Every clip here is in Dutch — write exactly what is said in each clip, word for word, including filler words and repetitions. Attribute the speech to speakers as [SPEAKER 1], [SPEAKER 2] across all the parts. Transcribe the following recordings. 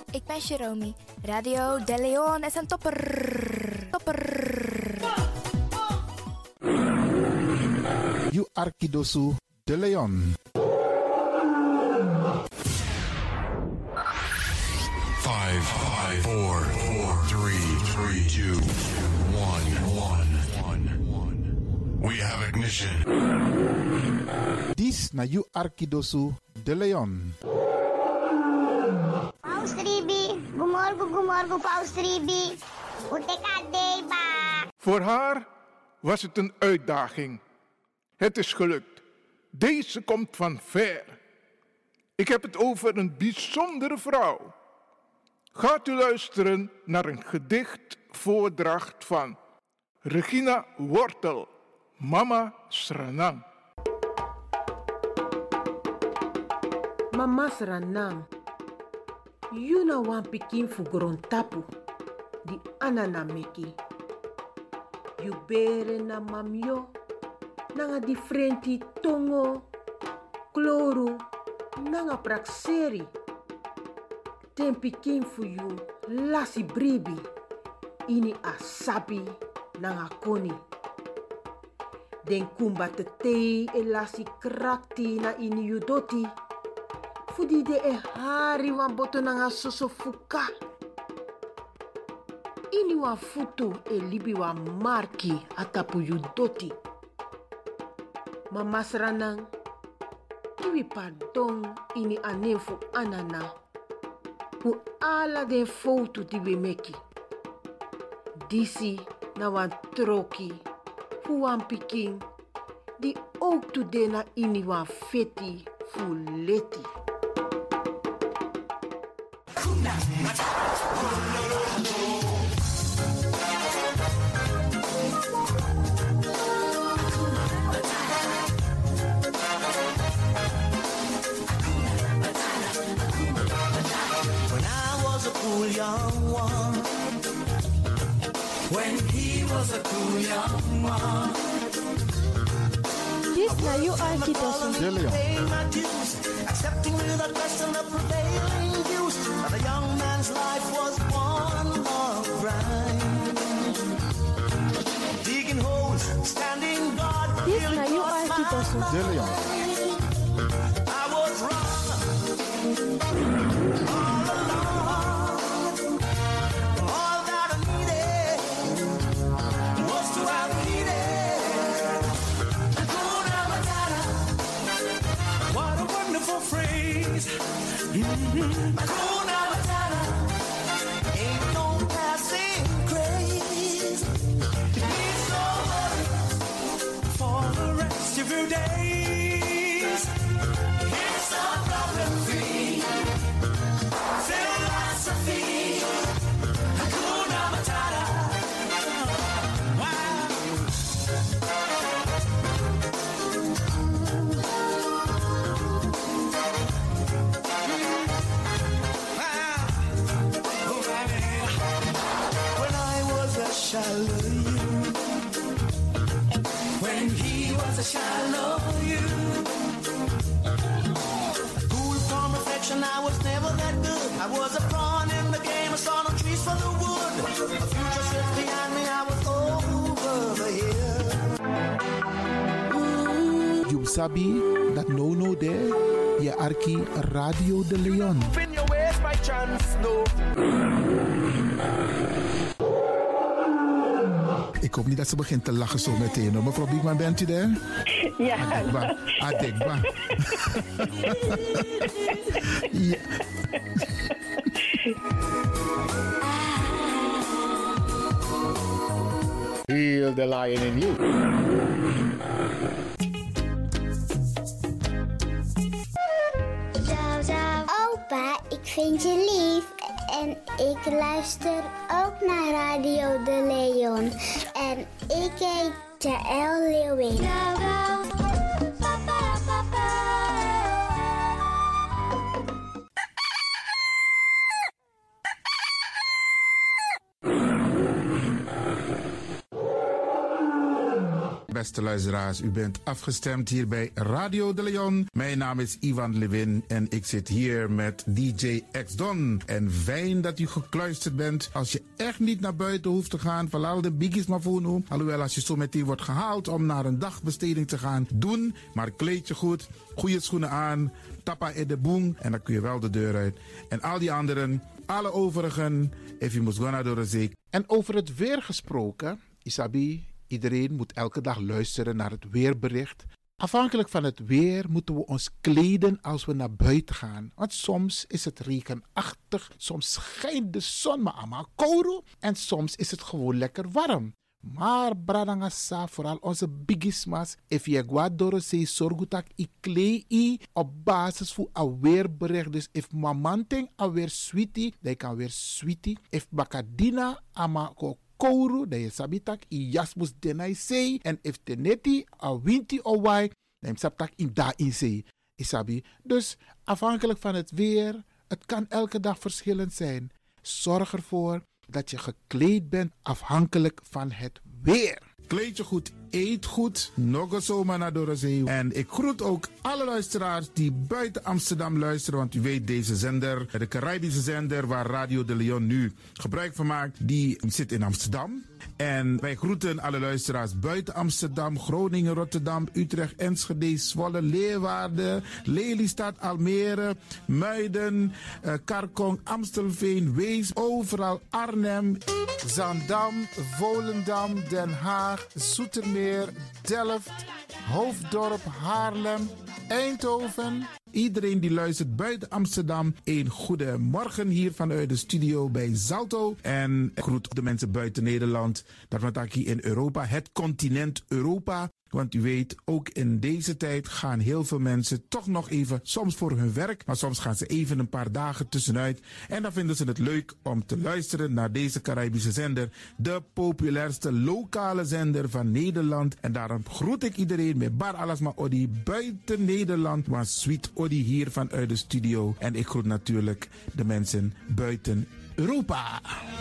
[SPEAKER 1] ik ben Jerome. Radio De Leon is een topper. Topper.
[SPEAKER 2] You Arkidosu De Leon.
[SPEAKER 3] Five, five, four, four, three, three, two, one, one, one, one. We have ignition.
[SPEAKER 2] This na You Arkidosu De Leon.
[SPEAKER 4] Paus Ribi, gumorgo gumorgo Paus Ribi. Utekadeba.
[SPEAKER 5] Voor haar was het een uitdaging. Het is gelukt. Deze komt van ver. Ik heb het over een bijzondere vrouw. Gaat u luisteren naar een gedichtvoordracht van Regina Wortel, Mama Sranang.
[SPEAKER 6] Mama Sranang, you na wan pikin fu grontapu, di anana meki. You bere na mamyo, nanga differenti tongo, kloro, nanga prakseri. Ten pikin fu you lasi bribi, ini asabi nanga koni. Den kumba te tei e lasi krakti na ini you doti. Fudi de e hari wan boto nanga soso fuka. Ini wan futu e libi wan marki atapu you doti. Mama Sranang, kiwi pardon ini anefu anana. Fu ala den foto die we meki. Disi na wan troki. Fu wan pikin. Die ook to de na ini wan feti fu leti.
[SPEAKER 7] Cool young one. When he was a cool young one.
[SPEAKER 8] This now you are
[SPEAKER 2] De Leon.
[SPEAKER 7] Accepting without question the prevailing views. But a young man's life was one long grind. Digging holes, standing guard.
[SPEAKER 8] This now you are
[SPEAKER 2] De Leon.
[SPEAKER 7] I was wrong. All along. Phrase. Mm-hmm. Hakuna Matata ain't no passing craze. Please don't worry for the rest of your days. It's a problem-free philosophy. Hakuna Matata. Shallow you. When he was a shallow you. Cool from affection, I was never that good. I was a pawn in the game, I saw no trees for the wood. A future sits behind me, I was over the hill.
[SPEAKER 2] You sabi that no no there. Je Arki Radio De Leon.
[SPEAKER 7] In your ways by chance, no.
[SPEAKER 2] Ik hoop niet dat ze begint te lachen zo meteen. Hoor. Mevrouw Biekman, bent u daar?
[SPEAKER 9] Ja.
[SPEAKER 2] Adekba. Adekba. Ja.
[SPEAKER 10] Feel the lion in you.
[SPEAKER 4] Opa, ik vind je lief. En ik luister ook naar Radio De Leon. En ik heet Jaël Leeuwin.
[SPEAKER 8] beste luisteraars. U bent afgestemd hier bij Radio de Leon. Mijn naam is Ivan Levin en ik zit hier met D J X-Don. En fijn dat u gekluisterd bent. Als je echt niet naar buiten hoeft te gaan, verlaal de biggies maar voor nu. Alhoewel, als je zo meteen wordt gehaald om naar een dagbesteding te gaan, doen. Maar kleed je goed, goede schoenen aan, tappa in de boom en dan kun je wel de deur uit. En al die anderen, alle overigen, if you must go naar de zee.
[SPEAKER 2] En over het weer gesproken, Isabi, iedereen moet elke dag luisteren naar het weerbericht. Afhankelijk van het weer moeten we ons kleden als we naar buiten gaan. Want soms is het regenachtig, soms schijnt de zon maar allemaal kouro en soms is het gewoon lekker warm. Maar bradangasa, vooral onze bigismas, if je guadoro se sorgutak i klei op basis van een weerbericht. Dus if mamanting alweer sweetie, dan kan weer sweetie. If bakadina ama ko kouru, dan je sabitak i jasmus denai sei. En if teneti a winti o wai, dan je sabtak in da in sei. Isabi. Dus afhankelijk van het weer, het kan elke dag verschillend zijn. Zorg ervoor dat je gekleed bent afhankelijk van het weer.
[SPEAKER 8] Kleed je goed, eet goed, nog zomaar naar Dorozee. En ik groet ook alle luisteraars die buiten Amsterdam luisteren. Want u weet, deze zender, de Caribische zender waar Radio de Leon nu gebruik van maakt, die zit in Amsterdam. En wij groeten alle luisteraars buiten Amsterdam, Groningen, Rotterdam, Utrecht, Enschede, Zwolle, Leeuwarden, Lelystad, Almere, Muiden, uh, Karkong, Amstelveen, Wees, overal Arnhem,
[SPEAKER 2] Zaandam, Volendam, Den Haag, Zoetermeer, Delft, Hoofddorp, Haarlem, Eindhoven.
[SPEAKER 8] Iedereen die luistert buiten Amsterdam, een goede morgen hier vanuit de studio bij Zalto. En ik groet de mensen buiten Nederland, dat we het hier in Europa, het continent Europa. Want u weet, ook in deze tijd gaan heel veel mensen toch nog even, soms voor hun werk, maar soms gaan ze even een paar dagen tussenuit. En dan vinden ze het leuk om te luisteren naar deze Caribische zender, de populairste lokale zender van Nederland. En daarom groet ik iedereen met Bar Alasma Odi buiten Nederland, maar Sweet Odi hier vanuit de studio. En ik groet natuurlijk de mensen buiten Europa.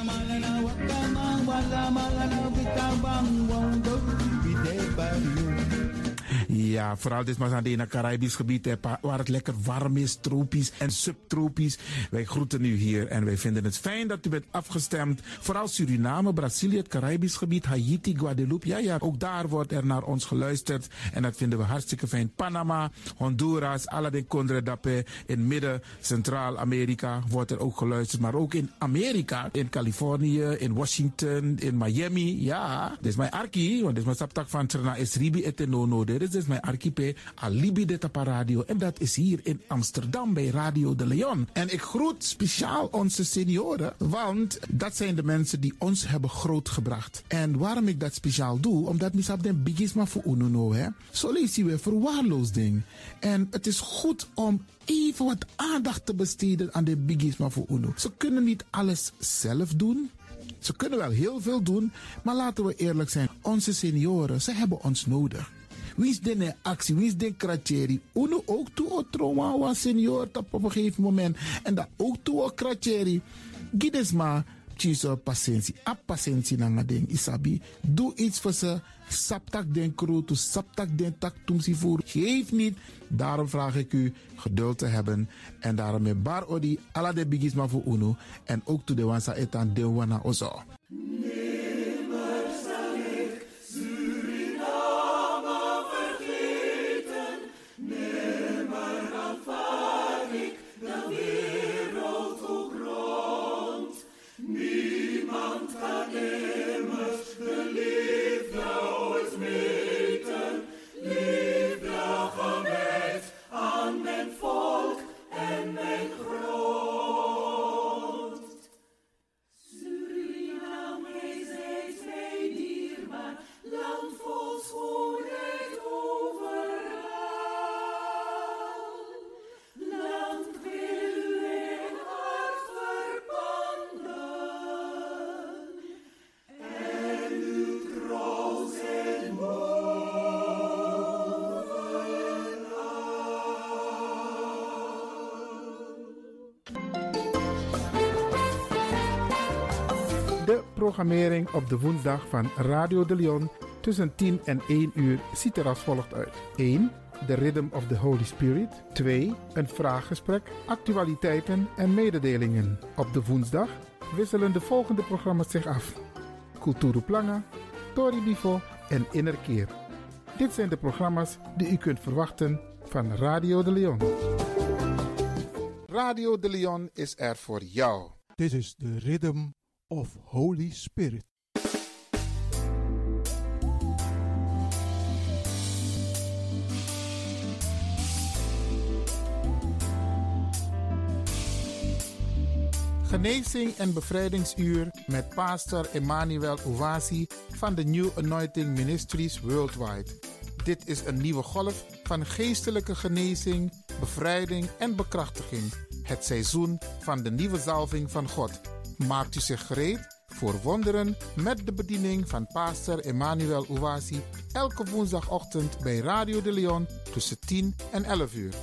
[SPEAKER 8] Ja, vooral dit maar aan het Caribisch gebied, hè, waar het lekker warm is, tropisch en subtropisch. Wij groeten u hier en wij vinden het fijn dat u bent afgestemd. Vooral Suriname, Brazilië, het Caribisch gebied, Haiti, Guadeloupe. Ja, ja, ook daar wordt er naar ons geluisterd en dat vinden we hartstikke fijn. Panama, Honduras, Aladdin Condre Dapé, in midden, Centraal-Amerika wordt er ook geluisterd. Maar ook in Amerika, in Californië, in Washington, in Miami. Ja, dit is mijn arki, want dit is mijn saptak van Trena Esribi etenono. Dit is mijn archipel Alibi de Tapa Radio. En dat is hier in Amsterdam bij Radio de Leon. En ik groet speciaal onze senioren, want dat zijn de mensen die ons hebben grootgebracht. En waarom ik dat speciaal doe, omdat misap den bigisma voor ununo, hè. Zo lees je weer verwaarloosding. En het is goed om even wat aandacht te besteden aan de bigisma voor uno. Ze kunnen niet alles zelf doen. Ze kunnen wel heel veel doen, maar laten we eerlijk zijn. Onze senioren, ze hebben ons nodig. Wie is de actie, wie is de kratjeri? Uno ook toe o trauma was senior op een gegeven moment. En dat ook toe o kratjeri. Gides maar, tjiso patiëntie. A patiëntie na ding isabi. Doe iets voor ze. Saptak den kroto, saptak den tak tumsi voer. Geef niet. Daarom vraag ik u geduld te hebben. En daarom met bar odi ala de bigisma voor uno. En ook toe de wansa etan de wana ozo.
[SPEAKER 2] De programmering op de woensdag van Radio de Leon tussen tien en één uur ziet er als volgt uit. één. The Rhythm of the Holy Spirit. twee. Een vraaggesprek, actualiteiten en mededelingen. Op de woensdag wisselen de volgende programma's zich af. Kulturu Planga, Tori Bifo en Innerkeer. Dit zijn de programma's die u kunt verwachten van Radio de Leon. Radio de Leon is er voor jou.
[SPEAKER 9] This is the Rhythm of Holy Spirit.
[SPEAKER 2] Genezing en bevrijdingsuur met pastor Emmanuel Owasi van de New Anointing Ministries Worldwide. Dit is een nieuwe golf van geestelijke genezing, bevrijding en bekrachtiging. Het seizoen van de nieuwe zalving van God. Maakt u zich gereed voor wonderen met de bediening van pastor Emmanuel Owasi elke woensdagochtend bij Radio de Leon tussen tien en elf uur.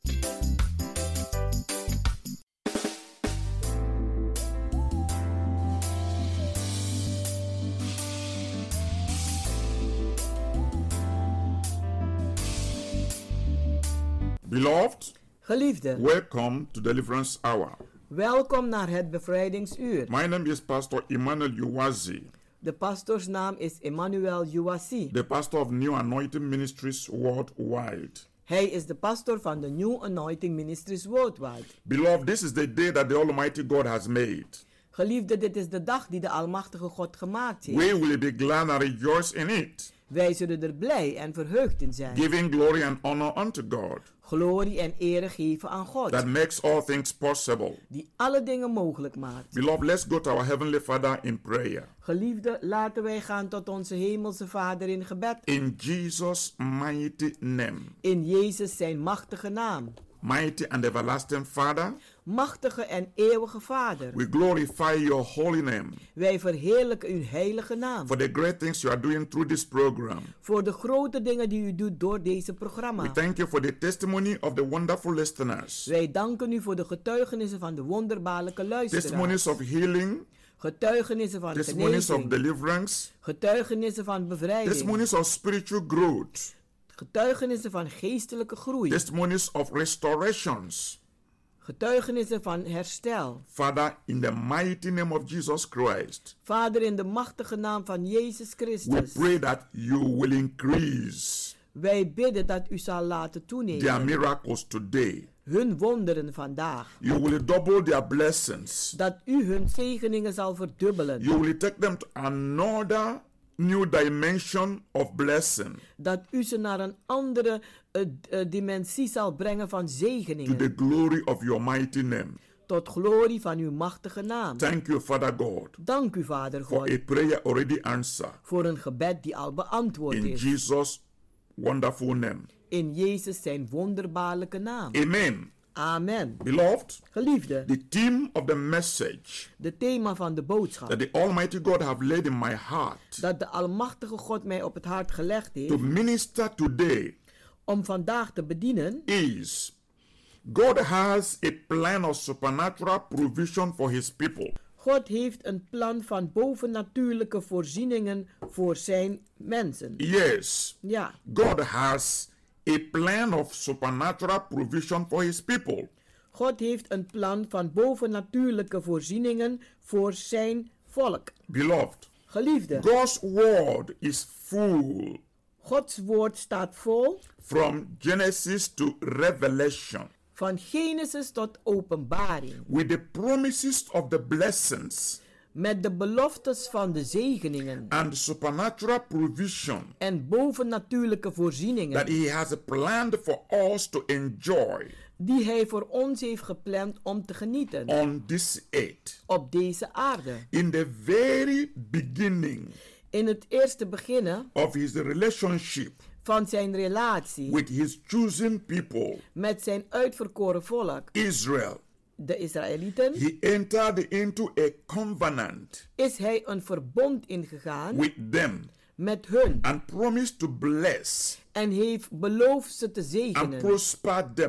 [SPEAKER 11] Beloved,
[SPEAKER 12] Geliefde,
[SPEAKER 11] welcome to Deliverance Hour.
[SPEAKER 12] Welkom naar het bevrijdingsuur.
[SPEAKER 11] My name is Pastor Emmanuel Uwazi.
[SPEAKER 12] De pastoorsnaam is Emmanuel Uwasi.
[SPEAKER 11] The pastor of New Anointing Ministries Worldwide.
[SPEAKER 12] Hij is de pastor van de New Anointing Ministries Worldwide.
[SPEAKER 11] Beloved, this is the day that the Almighty God has made.
[SPEAKER 12] Geliefde, dit is de dag die de Almachtige God gemaakt heeft.
[SPEAKER 11] We will be glad and rejoice in it.
[SPEAKER 12] Wij zullen er blij en verheugd in zijn.
[SPEAKER 11] Giving glory and honor unto God.
[SPEAKER 12] Glorie en ere geven aan God.
[SPEAKER 11] That makes all things possible.
[SPEAKER 12] Die alle dingen mogelijk maakt.
[SPEAKER 11] Beloved, let's go to our Heavenly Father in prayer.
[SPEAKER 12] Geliefde, laten wij gaan tot onze hemelse Vader in gebed.
[SPEAKER 11] In Jesus' mighty name.
[SPEAKER 12] In Jezus zijn machtige naam.
[SPEAKER 11] Mighty and everlasting Father.
[SPEAKER 12] Machtige en eeuwige Vader.
[SPEAKER 11] We glorify your holy name.
[SPEAKER 12] Wij verheerlijken uw heilige naam.
[SPEAKER 11] For the great things you are doing through this program.
[SPEAKER 12] Voor de grote dingen die u doet door deze programma.
[SPEAKER 11] We thank you for the testimony of the wonderful listeners.
[SPEAKER 12] Wij danken u voor de getuigenissen van de wonderbaarlijke luisteraars.
[SPEAKER 11] Testimonies of healing.
[SPEAKER 12] Getuigenissen van
[SPEAKER 11] Testimonies
[SPEAKER 12] genezing.
[SPEAKER 11] of deliverance.
[SPEAKER 12] Getuigenissen van bevrijding.
[SPEAKER 11] Testimonies of spiritual growth.
[SPEAKER 12] Getuigenissen van geestelijke groei.
[SPEAKER 11] Testimonies of restorations.
[SPEAKER 12] Getuigenissen van herstel.
[SPEAKER 11] Father, in the mighty name of Jesus Christ.
[SPEAKER 12] Vader, in de machtige naam van Jezus Christus.
[SPEAKER 11] We pray that you will increase.
[SPEAKER 12] Wij bidden dat u zal laten toenemen.
[SPEAKER 11] Their miracles today.
[SPEAKER 12] Hun wonderen vandaag.
[SPEAKER 11] You will double their blessings.
[SPEAKER 12] Dat u hun zegeningen zal verdubbelen.
[SPEAKER 11] You will take them to another new dimension of blessing.
[SPEAKER 12] Dat u ze naar een andere uh, uh, dimensie zal brengen van zegeningen.
[SPEAKER 11] To the glory of your mighty name.
[SPEAKER 12] Tot glorie van uw machtige naam.
[SPEAKER 11] Thank you, Father God.
[SPEAKER 12] Dank u, Vader God.
[SPEAKER 11] For a prayer already answered.
[SPEAKER 12] Voor een gebed die al beantwoord
[SPEAKER 11] In
[SPEAKER 12] is.
[SPEAKER 11] In Jesus' wonderful name.
[SPEAKER 12] In Jezus zijn wonderbaarlijke naam.
[SPEAKER 11] Amen.
[SPEAKER 12] Amen.
[SPEAKER 11] Beloved,
[SPEAKER 12] geliefde,
[SPEAKER 11] the theme of the message,
[SPEAKER 12] de thema van de boodschap,
[SPEAKER 11] that the Almighty God have laid in my heart,
[SPEAKER 12] dat de Almachtige God mij op het hart gelegd heeft,
[SPEAKER 11] to minister today,
[SPEAKER 12] om vandaag te bedienen,
[SPEAKER 11] is God has a plan of supernatural provision for His people.
[SPEAKER 12] God heeft een plan van bovennatuurlijke voorzieningen voor zijn mensen.
[SPEAKER 11] Yes.
[SPEAKER 12] Ja.
[SPEAKER 11] God has a plan of supernatural provision for His people.
[SPEAKER 12] God heeft een plan van bovennatuurlijke voorzieningen voor zijn volk.
[SPEAKER 11] Beloved.
[SPEAKER 12] Geliefde.
[SPEAKER 11] God's word is full.
[SPEAKER 12] Gods woord staat vol.
[SPEAKER 11] From Genesis to Revelation.
[SPEAKER 12] Van Genesis tot Openbaring.
[SPEAKER 11] With the promises of the blessings.
[SPEAKER 12] Met de beloftes van de zegeningen.
[SPEAKER 11] And supernatural provision.
[SPEAKER 12] En bovennatuurlijke voorzieningen.
[SPEAKER 11] That He has planned for us to enjoy.
[SPEAKER 12] Die Hij voor ons heeft gepland om te genieten.
[SPEAKER 11] On this earth.
[SPEAKER 12] Op deze aarde.
[SPEAKER 11] In the very beginning.
[SPEAKER 12] In het eerste beginnen.
[SPEAKER 11] Of His relationship.
[SPEAKER 12] Van zijn relatie.
[SPEAKER 11] With His chosen people.
[SPEAKER 12] Met zijn uitverkoren volk.
[SPEAKER 11] Israel.
[SPEAKER 12] De Israëlieten.
[SPEAKER 11] He entered into a covenant.
[SPEAKER 12] Is hij een verbond ingegaan.
[SPEAKER 11] With them.
[SPEAKER 12] Met hun.
[SPEAKER 11] And promised to bless.
[SPEAKER 12] En heeft beloofd ze te zegenen.
[SPEAKER 11] And prosper them.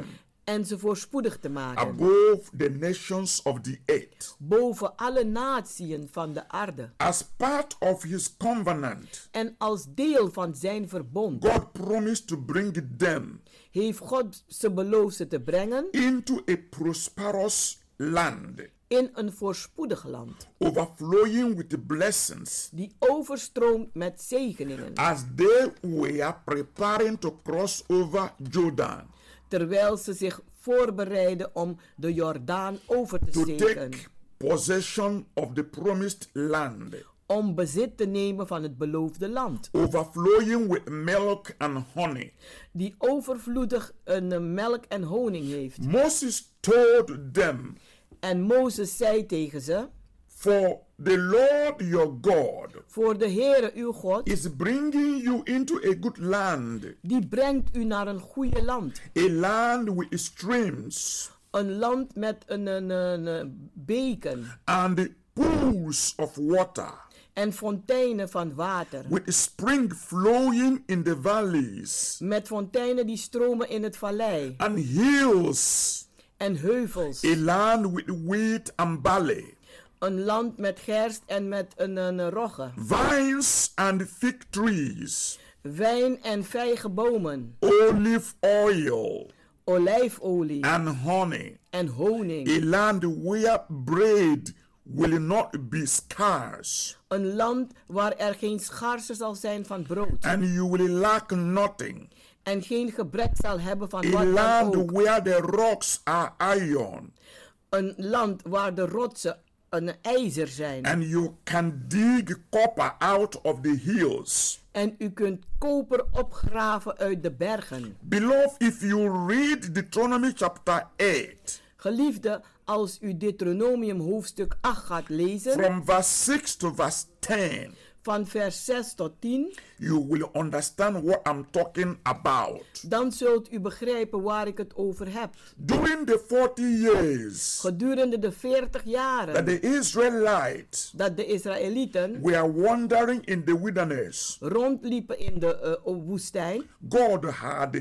[SPEAKER 12] En ze voorspoedig te maken.
[SPEAKER 11] Above the nations of the earth.
[SPEAKER 12] Boven alle natieën van de aarde.
[SPEAKER 11] As part of his covenant.
[SPEAKER 12] En als deel van zijn verbond.
[SPEAKER 11] God promised to bring them.
[SPEAKER 12] Heeft God ze beloofd ze te brengen.
[SPEAKER 11] Into a prosperous land.
[SPEAKER 12] In een voorspoedig land.
[SPEAKER 11] Overflowing with the blessings.
[SPEAKER 12] Die overstroomt met zegeningen.
[SPEAKER 11] As they were preparing to cross over Jordan.
[SPEAKER 12] Terwijl ze zich voorbereiden om de Jordaan over te
[SPEAKER 11] to
[SPEAKER 12] steken.
[SPEAKER 11] Take possession of the promised land.
[SPEAKER 12] Om bezit te nemen van het beloofde land.
[SPEAKER 11] Overflowing with milk and honey.
[SPEAKER 12] Die overvloedig een melk en honing heeft.
[SPEAKER 11] Moses told them.
[SPEAKER 12] En Mozes zei tegen ze.
[SPEAKER 11] For the Lord your God.
[SPEAKER 12] Voor de Heere uw God.
[SPEAKER 11] Is bringing you into a good land.
[SPEAKER 12] Die brengt u naar een goede land.
[SPEAKER 11] A land with streams.
[SPEAKER 12] Een land met een, een, een, een beken.
[SPEAKER 11] And pools of water.
[SPEAKER 12] En fonteinen van water.
[SPEAKER 11] With spring flowing in the valleys.
[SPEAKER 12] Met fonteinen die stromen in het vallei.
[SPEAKER 11] And hills.
[SPEAKER 12] En heuvels.
[SPEAKER 11] A land with wheat and barley.
[SPEAKER 12] Een land met gerst en met een, een rogge.
[SPEAKER 11] Vines and fig trees.
[SPEAKER 12] Wijn en vijgenbomen.
[SPEAKER 11] Olive oil.
[SPEAKER 12] Olijfolie.
[SPEAKER 11] And honey.
[SPEAKER 12] En honing.
[SPEAKER 11] A land where bread will not be scarce.
[SPEAKER 12] Een land waar er geen schaarste zal zijn van brood.
[SPEAKER 11] And you will lack nothing.
[SPEAKER 12] En geen gebrek zal hebben van
[SPEAKER 11] A
[SPEAKER 12] wat
[SPEAKER 11] land
[SPEAKER 12] dan ook.
[SPEAKER 11] where the rocks are iron.
[SPEAKER 12] Een land waar de rotsen een ijzer zijn.
[SPEAKER 11] And you can dig copper out of the hills.
[SPEAKER 12] En u kunt koper opgraven uit de bergen.
[SPEAKER 11] Beloved, if you read Deuteronomy chapter eight.
[SPEAKER 12] Geliefde, als u Deuteronomium hoofdstuk acht gaat lezen.
[SPEAKER 11] From verse six to verse ten.
[SPEAKER 12] Van vers zes tot tien.
[SPEAKER 11] You will understand what I'm talking about.
[SPEAKER 12] Dan zult u begrijpen waar ik het over heb.
[SPEAKER 11] During the forty years.
[SPEAKER 12] Gedurende de veertig jaren.
[SPEAKER 11] That the Israelites.
[SPEAKER 12] Dat de Israëlieten.
[SPEAKER 11] Were wandering in the wilderness.
[SPEAKER 12] Rondliepen in de uh, woestijn.
[SPEAKER 11] God had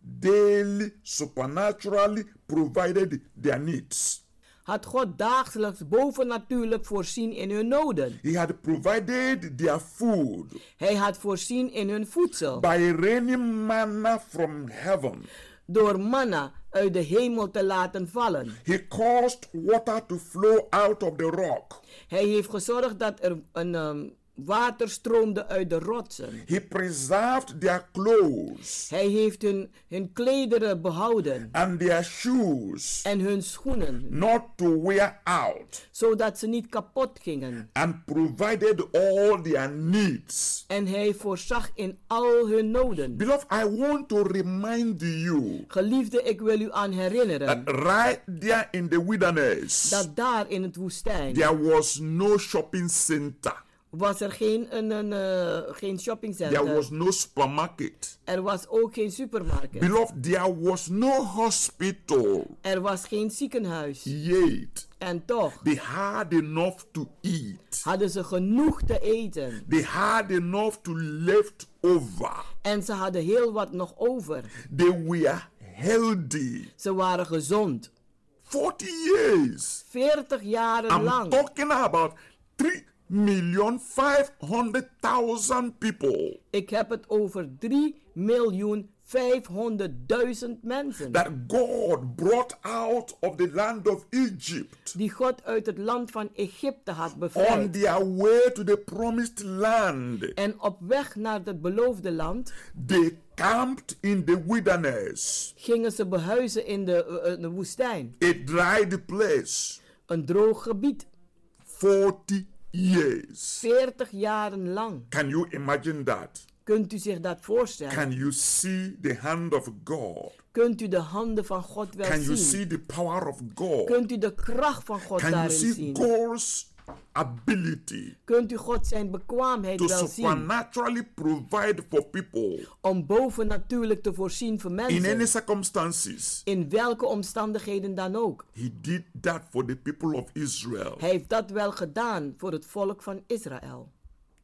[SPEAKER 11] daily supernaturally provided their needs.
[SPEAKER 12] Had God dagelijks bovennatuurlijk voorzien in hun noden.
[SPEAKER 11] He had provided their food.
[SPEAKER 12] Hij had voorzien in hun voedsel.
[SPEAKER 11] By raining manna from heaven.
[SPEAKER 12] Door manna uit de hemel te laten vallen.
[SPEAKER 11] He caused water to flow out of the rock.
[SPEAKER 12] Hij heeft gezorgd dat er een um, water stroomde uit de rotsen.
[SPEAKER 11] He preserved their clothes.
[SPEAKER 12] Hij heeft hun, hun klederen behouden.
[SPEAKER 11] And their shoes.
[SPEAKER 12] En hun schoenen.
[SPEAKER 11] Not to wear out.
[SPEAKER 12] Zodat ze niet kapot gingen.
[SPEAKER 11] And provided all their needs.
[SPEAKER 12] En hij voorzag in al hun noden.
[SPEAKER 11] Beloved, I want to remind you.
[SPEAKER 12] Geliefde, ik wil u aan herinneren.
[SPEAKER 11] That right there in the wilderness.
[SPEAKER 12] Dat daar in het woestijn.
[SPEAKER 11] There was no shopping center.
[SPEAKER 12] Was er geen, een, een, uh, geen shoppingcenter.
[SPEAKER 11] There was no supermarket.
[SPEAKER 12] Er was ook geen supermarkt.
[SPEAKER 11] Beloved, there was no hospital.
[SPEAKER 12] Er was geen ziekenhuis.
[SPEAKER 11] Yet.
[SPEAKER 12] En toch.
[SPEAKER 11] They had enough to eat.
[SPEAKER 12] Hadden ze genoeg te eten.
[SPEAKER 11] They had enough to left over.
[SPEAKER 12] En ze hadden heel wat nog over.
[SPEAKER 11] They were healthy.
[SPEAKER 12] Ze waren gezond.
[SPEAKER 11] forty years.
[SPEAKER 12] veertig jaren
[SPEAKER 11] I'm
[SPEAKER 12] lang.
[SPEAKER 11] I'm talking about three million five hundred thousand people.
[SPEAKER 12] Ik heb het over drie miljoen vijfhonderdduizend mensen.
[SPEAKER 11] That God brought out of the land of Egypt.
[SPEAKER 12] Die God uit het land van Egypte had bevrijd.
[SPEAKER 11] On their way to the promised land.
[SPEAKER 12] En op weg naar het beloofde land.
[SPEAKER 11] They camped in the wilderness.
[SPEAKER 12] Gingen ze behuizen in de, uh, de woestijn.
[SPEAKER 11] A dry place.
[SPEAKER 12] Een droog gebied.
[SPEAKER 11] forty years.
[SPEAKER 12] veertig jaren lang.
[SPEAKER 11] Can you imagine that?
[SPEAKER 12] Kunt u zich dat voorstellen?
[SPEAKER 11] Can you see the hand of God?
[SPEAKER 12] Kunt u de handen van God wel
[SPEAKER 11] Can
[SPEAKER 12] zien?
[SPEAKER 11] you see the power of God?
[SPEAKER 12] Kunt u de kracht van God
[SPEAKER 11] Can
[SPEAKER 12] daarin
[SPEAKER 11] you see
[SPEAKER 12] zien?
[SPEAKER 11] God's ability
[SPEAKER 12] Kunt u God zijn bekwaamheid
[SPEAKER 11] to
[SPEAKER 12] wel zien?
[SPEAKER 11] supernaturally provide for people
[SPEAKER 12] om bovennatuurlijk te voorzien voor mensen.
[SPEAKER 11] in any circumstances?
[SPEAKER 12] In welke omstandigheden dan ook.
[SPEAKER 11] He did that for the people of Israel.
[SPEAKER 12] Hij heeft dat wel gedaan voor het volk van Israël.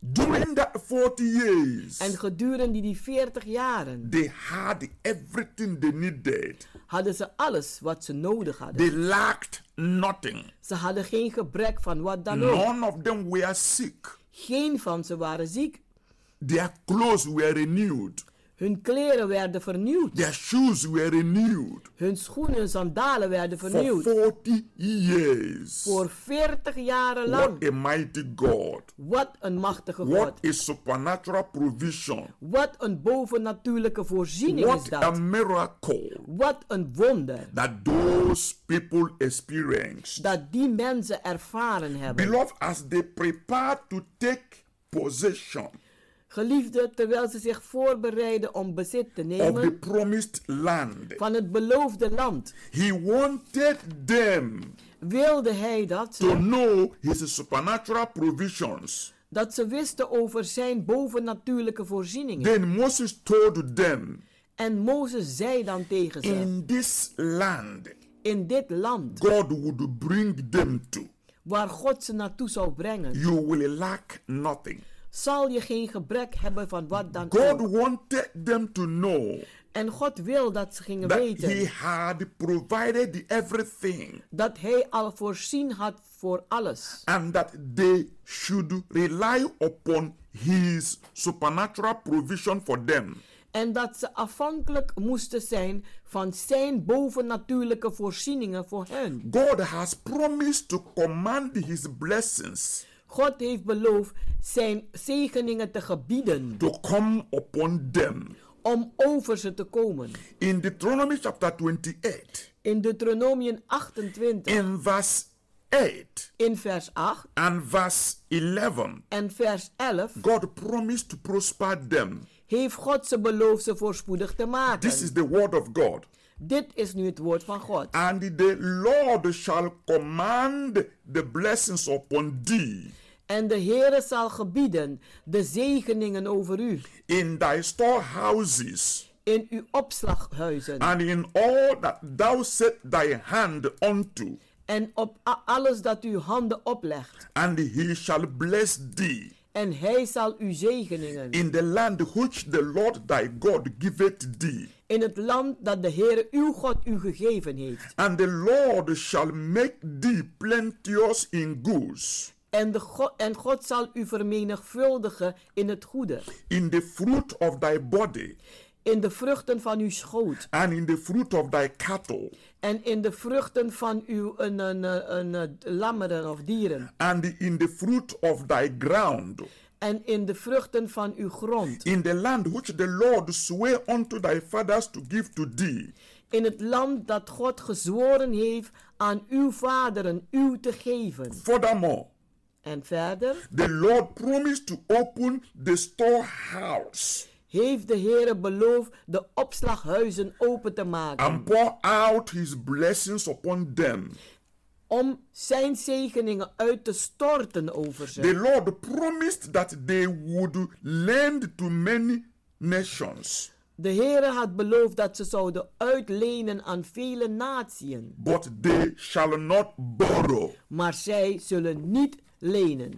[SPEAKER 11] During that forty years,
[SPEAKER 12] En gedurende die veertig jaren
[SPEAKER 11] they had everything they needed.
[SPEAKER 12] hadden ze alles wat ze nodig hadden.
[SPEAKER 11] They lacked nothing.
[SPEAKER 12] Ze hadden geen gebrek van wat dan ook.
[SPEAKER 11] None of them were sick.
[SPEAKER 12] Geen van ze waren ziek.
[SPEAKER 11] Their clothes were renewed.
[SPEAKER 12] Hun kleren werden vernieuwd.
[SPEAKER 11] Their shoes were renewed.
[SPEAKER 12] Hun schoenen en sandalen werden
[SPEAKER 11] For
[SPEAKER 12] vernieuwd.
[SPEAKER 11] forty years.
[SPEAKER 12] Voor veertig jaren lang.
[SPEAKER 11] What a mighty God.
[SPEAKER 12] Wat een machtige
[SPEAKER 11] What
[SPEAKER 12] God.
[SPEAKER 11] a supernatural provision.
[SPEAKER 12] Wat een bovennatuurlijke voorziening
[SPEAKER 11] What
[SPEAKER 12] is
[SPEAKER 11] a
[SPEAKER 12] dat.
[SPEAKER 11] miracle
[SPEAKER 12] Wat een wonder.
[SPEAKER 11] that those people experienced.
[SPEAKER 12] Dat die mensen ervaren hebben.
[SPEAKER 11] Beloved, as they prepare to take possession
[SPEAKER 12] Geliefden, terwijl ze zich voorbereiden om bezit te
[SPEAKER 11] of the
[SPEAKER 12] nemen
[SPEAKER 11] promised land,
[SPEAKER 12] van het beloofde land,
[SPEAKER 11] he wanted them
[SPEAKER 12] wilde hij dat
[SPEAKER 11] to
[SPEAKER 12] ze,
[SPEAKER 11] know his supernatural provisions.
[SPEAKER 12] dat ze wisten over zijn bovennatuurlijke voorzieningen.
[SPEAKER 11] Then Moses told them,
[SPEAKER 12] En Mozes zei dan tegen ze,
[SPEAKER 11] in this land,
[SPEAKER 12] in dit land,
[SPEAKER 11] God would bring them to.
[SPEAKER 12] waar God ze naartoe zou brengen,
[SPEAKER 11] You will lack nothing.
[SPEAKER 12] zal je geen gebrek hebben van wat dan
[SPEAKER 11] God
[SPEAKER 12] ook.
[SPEAKER 11] wanted them to know
[SPEAKER 12] En God wil dat ze gingen
[SPEAKER 11] that
[SPEAKER 12] weten
[SPEAKER 11] he had provided everything
[SPEAKER 12] dat hij al voorzien had voor alles.
[SPEAKER 11] and that they should rely upon his supernatural provision for them.
[SPEAKER 12] En dat ze afhankelijk moesten zijn van zijn bovennatuurlijke voorzieningen voor hen.
[SPEAKER 11] God has promised to command his blessings
[SPEAKER 12] God heeft beloofd zijn zegeningen te gebieden
[SPEAKER 11] to come upon them.
[SPEAKER 12] om over ze te komen.
[SPEAKER 11] In Deuteronomy chapter twenty-eight,
[SPEAKER 12] In Deuteronomium achtentwintig,
[SPEAKER 11] in verse eight
[SPEAKER 12] in vers acht
[SPEAKER 11] and verse eleven,
[SPEAKER 12] en vers elf,
[SPEAKER 11] God promised to prosper them.
[SPEAKER 12] heeft God ze beloofd ze voorspoedig te maken.
[SPEAKER 11] This is the word of God.
[SPEAKER 12] Dit is nu het woord van God.
[SPEAKER 11] And the Lord shall command the blessings upon thee
[SPEAKER 12] En de Heere zal gebieden de zegeningen over u
[SPEAKER 11] in thy storehouses
[SPEAKER 12] in uw opslaghuizen
[SPEAKER 11] and in all that thou set thy hand unto,
[SPEAKER 12] en op a- alles dat uw handen oplegt.
[SPEAKER 11] and he shall bless thee
[SPEAKER 12] En hij zal u zegeningen
[SPEAKER 11] in the land which the Lord thy God giveth thee.
[SPEAKER 12] in het land dat de Heere uw God u gegeven heeft.
[SPEAKER 11] And the Lord shall make thee plenteous in goods,
[SPEAKER 12] En, de God, en God zal u vermenigvuldigen in het goede,
[SPEAKER 11] in the fruit of thy body,
[SPEAKER 12] in de vruchten van uw schoot
[SPEAKER 11] and in the fruit of thy cattle,
[SPEAKER 12] en in de vruchten van uw een, een, een, een, een, lammeren of dieren
[SPEAKER 11] and in the fruit of thy ground,
[SPEAKER 12] en in de vruchten van uw grond,
[SPEAKER 11] in the land which the Lord sware unto thy fathers to give to thee.
[SPEAKER 12] in het land dat God gezworen heeft aan uw vaderen u te geven.
[SPEAKER 11] Furthermore,
[SPEAKER 12] En verder
[SPEAKER 11] the Lord promised to open the storehouse
[SPEAKER 12] heeft de Heere beloofd de opslaghuizen open te maken
[SPEAKER 11] and pour out his blessings upon them.
[SPEAKER 12] om zijn zegeningen uit te storten over ze.
[SPEAKER 11] The Lord promised that they would lend to many nations,
[SPEAKER 12] De Heere had beloofd dat ze zouden uitlenen aan vele natieën,
[SPEAKER 11] but they shall not borrow.
[SPEAKER 12] maar zij zullen niet lenen.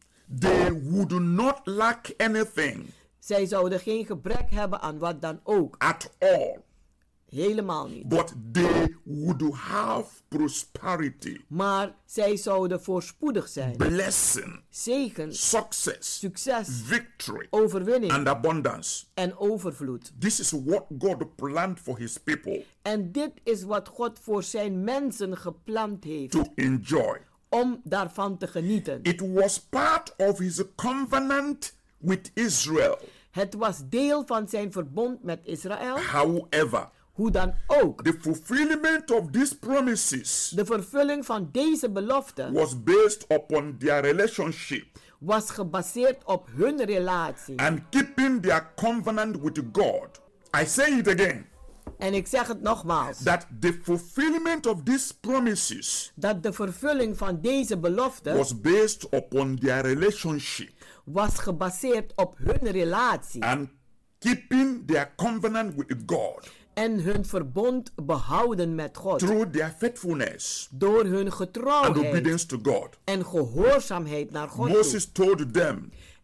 [SPEAKER 11] They would not lack anything
[SPEAKER 12] Zij zouden geen gebrek hebben aan wat dan ook.
[SPEAKER 11] at all,
[SPEAKER 12] Helemaal niet.
[SPEAKER 11] but they would have prosperity,
[SPEAKER 12] Maar zij zouden voorspoedig zijn.
[SPEAKER 11] blessing,
[SPEAKER 12] Zegen,
[SPEAKER 11] success,
[SPEAKER 12] succes,
[SPEAKER 11] victory,
[SPEAKER 12] overwinning
[SPEAKER 11] and abundance.
[SPEAKER 12] en overvloed.
[SPEAKER 11] This is what God planned for his people
[SPEAKER 12] En dit is wat God voor zijn mensen gepland heeft.
[SPEAKER 11] to enjoy.
[SPEAKER 12] Om daarvan te genieten.
[SPEAKER 11] It was part of his covenant with Israel.
[SPEAKER 12] Het was deel van zijn verbond met Israël.
[SPEAKER 11] However,
[SPEAKER 12] Hoe dan ook.
[SPEAKER 11] the fulfillment of these promises
[SPEAKER 12] De vervulling van deze belofte
[SPEAKER 11] was based upon their relationship
[SPEAKER 12] was gebaseerd op hun relatie.
[SPEAKER 11] and keeping their covenant with God. I say it again.
[SPEAKER 12] En ik zeg het nogmaals.
[SPEAKER 11] That the fulfillment of these promises
[SPEAKER 12] Dat de vervulling van deze belofte
[SPEAKER 11] was based upon their relationship
[SPEAKER 12] was gebaseerd op hun relatie.
[SPEAKER 11] and keeping their covenant with God
[SPEAKER 12] En hun verbond behouden met God.
[SPEAKER 11] through their faithfulness
[SPEAKER 12] Door hun
[SPEAKER 11] and
[SPEAKER 12] getrouwheid
[SPEAKER 11] obedience to God.
[SPEAKER 12] en gehoorzaamheid naar God toe.
[SPEAKER 11] Moses told them,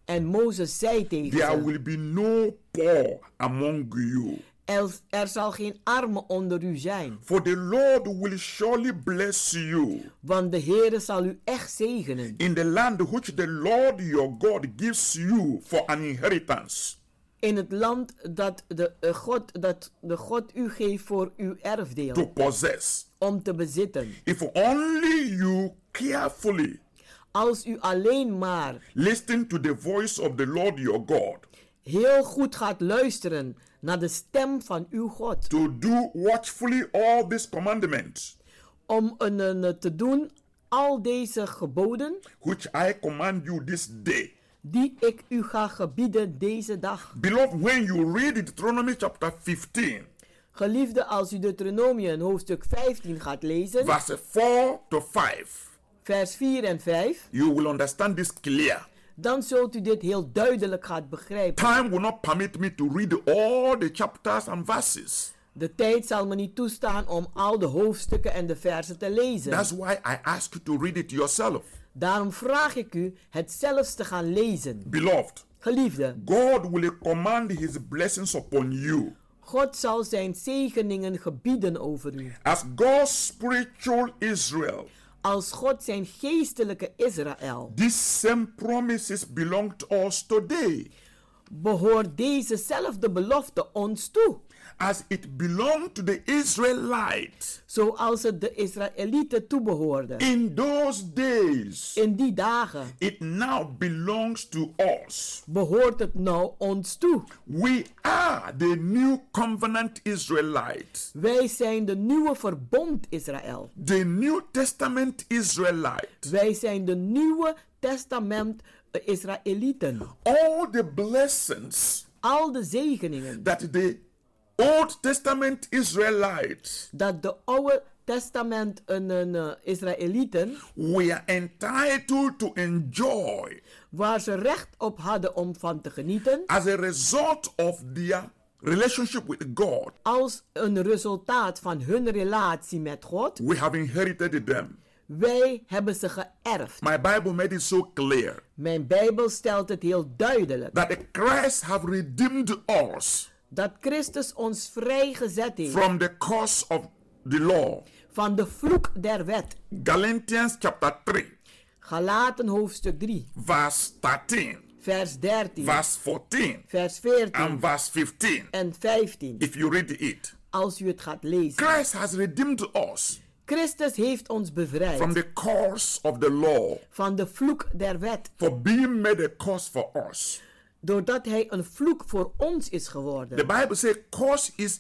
[SPEAKER 12] En Mozes zei tegen
[SPEAKER 11] there
[SPEAKER 12] ze,
[SPEAKER 11] will be no poor among you.
[SPEAKER 12] er, er zal geen arme onder u zijn.
[SPEAKER 11] For the Lord will surely bless you
[SPEAKER 12] Want de Heere zal u echt zegenen.
[SPEAKER 11] in the land which the Lord your God gives you for an inheritance.
[SPEAKER 12] In het land dat de, uh, God, dat de God u geeft voor uw erfdeel.
[SPEAKER 11] To possess.
[SPEAKER 12] Om te bezitten.
[SPEAKER 11] If only you carefully
[SPEAKER 12] Als u alleen maar
[SPEAKER 11] listen to the voice of the Lord your God.
[SPEAKER 12] Heel goed gaat luisteren naar de stem van uw God.
[SPEAKER 11] To do watchfully all these commandments.
[SPEAKER 12] Om een, een, te doen al deze geboden.
[SPEAKER 11] Which I command you this day.
[SPEAKER 12] Die ik u ga gebieden deze dag.
[SPEAKER 11] Beloved, when you read Deuteronomy chapter fifteen.
[SPEAKER 12] Geliefde, als u Deuteronomium hoofdstuk vijftien gaat lezen.
[SPEAKER 11] Verse four to five.
[SPEAKER 12] Vers vier en vijf.
[SPEAKER 11] You will understand this clear.
[SPEAKER 12] Dan zult u dit heel duidelijk gaan begrijpen.
[SPEAKER 11] Time will not permit me to read all the chapters and verses.
[SPEAKER 12] De tijd zal me niet toestaan om al de hoofdstukken en de versen te lezen.
[SPEAKER 11] That's why I ask you to read it yourself.
[SPEAKER 12] Daarom vraag ik u het zelfs te gaan lezen.
[SPEAKER 11] Beloved,
[SPEAKER 12] geliefde,
[SPEAKER 11] God will command his blessings upon you.
[SPEAKER 12] God zal zijn zegeningen gebieden over u.
[SPEAKER 11] As God's spiritual Israel.
[SPEAKER 12] Als God zijn geestelijke Israël.
[SPEAKER 11] These same promises belong to us today.
[SPEAKER 12] Behoort dezezelfde belofte ons toe.
[SPEAKER 11] As it belonged to the Israelites.
[SPEAKER 12] Zoals het de Israëlieten toebehoorde.
[SPEAKER 11] In those days.
[SPEAKER 12] In die dagen.
[SPEAKER 11] It now belongs to us.
[SPEAKER 12] Behoort het nou ons toe.
[SPEAKER 11] We are the new covenant Israelites.
[SPEAKER 12] Wij zijn de nieuwe verbond Israël.
[SPEAKER 11] The New Testament Israelites.
[SPEAKER 12] Wij zijn de nieuwe testament Israëlieten.
[SPEAKER 11] All the blessings.
[SPEAKER 12] Al de zegeningen.
[SPEAKER 11] That the Old Testament Israelites.
[SPEAKER 12] Dat de oude testament een, een uh, Israëlieten.
[SPEAKER 11] Were entitled to enjoy.
[SPEAKER 12] Waar ze recht op hadden om van te genieten.
[SPEAKER 11] As a result of their relationship with God.
[SPEAKER 12] Als een resultaat van hun relatie met God.
[SPEAKER 11] We have inherited them.
[SPEAKER 12] Wij hebben ze geërfd.
[SPEAKER 11] My Bible made it so clear.
[SPEAKER 12] Mijn Bijbel stelt het heel duidelijk.
[SPEAKER 11] That the Christ have redeemed us.
[SPEAKER 12] Dat Christus ons vrijgezet heeft.
[SPEAKER 11] From the curse of the law.
[SPEAKER 12] Van de vloek der wet.
[SPEAKER 11] Galatians chapter three.
[SPEAKER 12] Galaten hoofdstuk drie.
[SPEAKER 11] Verse thirteen.
[SPEAKER 12] Vers dertien.
[SPEAKER 11] Verse fourteen.
[SPEAKER 12] Vers veertien.
[SPEAKER 11] And verse fifteen.
[SPEAKER 12] En vijftien.
[SPEAKER 11] If you read it.
[SPEAKER 12] Als u het gaat lezen.
[SPEAKER 11] Christ has redeemed us.
[SPEAKER 12] Christus heeft ons bevrijd.
[SPEAKER 11] From the curse of the law.
[SPEAKER 12] Van de vloek der wet.
[SPEAKER 11] For being made a curse for us.
[SPEAKER 12] Doordat hij een vloek voor ons is geworden.
[SPEAKER 11] The Bible says curse is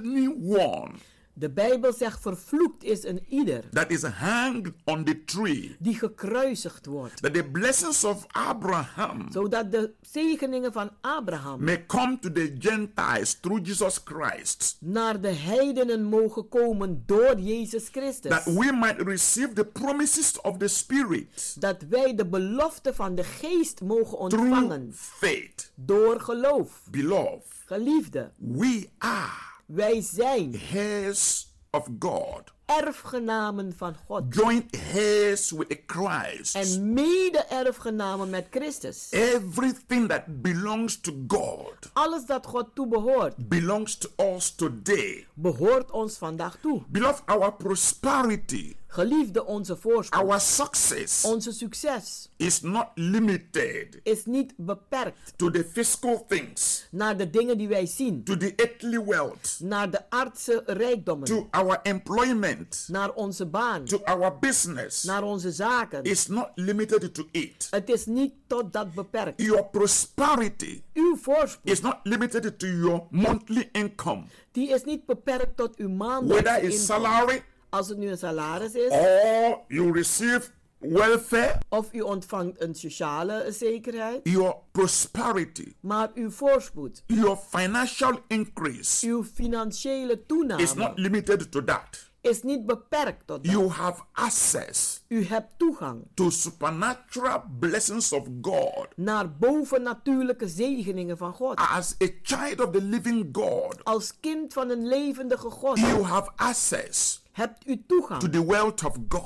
[SPEAKER 11] anyone.
[SPEAKER 12] De Bijbel zegt vervloekt is een ieder.
[SPEAKER 11] That is hanged on the tree.
[SPEAKER 12] Die gekruisigd wordt.
[SPEAKER 11] That the blessings of Abraham.
[SPEAKER 12] Zodat de zegeningen van Abraham.
[SPEAKER 11] May come to the Gentiles through Jesus Christ.
[SPEAKER 12] Naar de heidenen mogen komen door Jezus Christus.
[SPEAKER 11] That we might receive the promises of the Spirit.
[SPEAKER 12] Dat wij de belofte van de Geest mogen ontvangen.
[SPEAKER 11] Through faith.
[SPEAKER 12] Door geloof.
[SPEAKER 11] Beloved.
[SPEAKER 12] Geliefde.
[SPEAKER 11] We are.
[SPEAKER 12] Wij zijn
[SPEAKER 11] heirs of God.
[SPEAKER 12] Erfgenamen van God.
[SPEAKER 11] Joint heirs with Christ.
[SPEAKER 12] En mede-erfgenamen met Christus.
[SPEAKER 11] Everything that belongs to God.
[SPEAKER 12] Alles dat God toebehoort.
[SPEAKER 11] Belongs to us today.
[SPEAKER 12] Behoort ons vandaag toe.
[SPEAKER 11] Beloved, our prosperity.
[SPEAKER 12] Geliefde, onze voorspoed.
[SPEAKER 11] Our success.
[SPEAKER 12] Onze succes.
[SPEAKER 11] Is not limited.
[SPEAKER 12] Is niet beperkt.
[SPEAKER 11] To the physical things.
[SPEAKER 12] Naar de dingen die wij zien.
[SPEAKER 11] To the earthly wealth.
[SPEAKER 12] Naar de aardse rijkdommen.
[SPEAKER 11] To our employment.
[SPEAKER 12] Naar onze baan.
[SPEAKER 11] To our business.
[SPEAKER 12] Naar onze zaken.
[SPEAKER 11] It's not limited to it.
[SPEAKER 12] Het is niet tot dat beperkt.
[SPEAKER 11] Your prosperity.
[SPEAKER 12] Uw voorspoed.
[SPEAKER 11] Is not limited to your monthly income.
[SPEAKER 12] Die is niet beperkt tot uw maandelijkse
[SPEAKER 11] Whether it's
[SPEAKER 12] inkomen.
[SPEAKER 11] salary.
[SPEAKER 12] Als het nu een salaris is.
[SPEAKER 11] Or you receive welfare.
[SPEAKER 12] Of u ontvangt een sociale zekerheid.
[SPEAKER 11] Your prosperity.
[SPEAKER 12] Maar uw voorspoed.
[SPEAKER 11] Your financial increase.
[SPEAKER 12] Uw financiële toename.
[SPEAKER 11] Is not limited to that.
[SPEAKER 12] Is niet beperkt tot dat.
[SPEAKER 11] You have access.
[SPEAKER 12] U hebt toegang.
[SPEAKER 11] To supernatural blessings of God.
[SPEAKER 12] Naar bovennatuurlijke zegeningen van God.
[SPEAKER 11] As a child of the living God.
[SPEAKER 12] Als kind van een levendige God.
[SPEAKER 11] You have access.
[SPEAKER 12] Hebt u toegang.
[SPEAKER 11] To the wealth of God.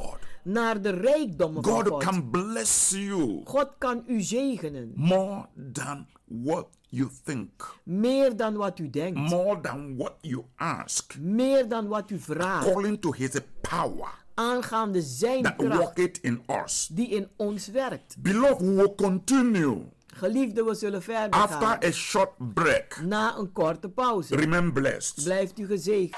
[SPEAKER 12] naar de rijkdommen van
[SPEAKER 11] God
[SPEAKER 12] God.
[SPEAKER 11] can bless you
[SPEAKER 12] God kan u zegenen.
[SPEAKER 11] more than what you think,
[SPEAKER 12] Meer dan wat u denkt.
[SPEAKER 11] more than what you ask,
[SPEAKER 12] Meer dan wat u vraagt.
[SPEAKER 11] according to his power
[SPEAKER 12] Aangaande zijn
[SPEAKER 11] that
[SPEAKER 12] kracht
[SPEAKER 11] worketh in us.
[SPEAKER 12] die in ons werkt.
[SPEAKER 11] Beloved, we will continue
[SPEAKER 12] Geliefde, we zullen verder
[SPEAKER 11] after
[SPEAKER 12] gaan.
[SPEAKER 11] a short break.
[SPEAKER 12] Na een korte pauze.
[SPEAKER 11] Remain blessed.
[SPEAKER 12] Blijft u gezegend.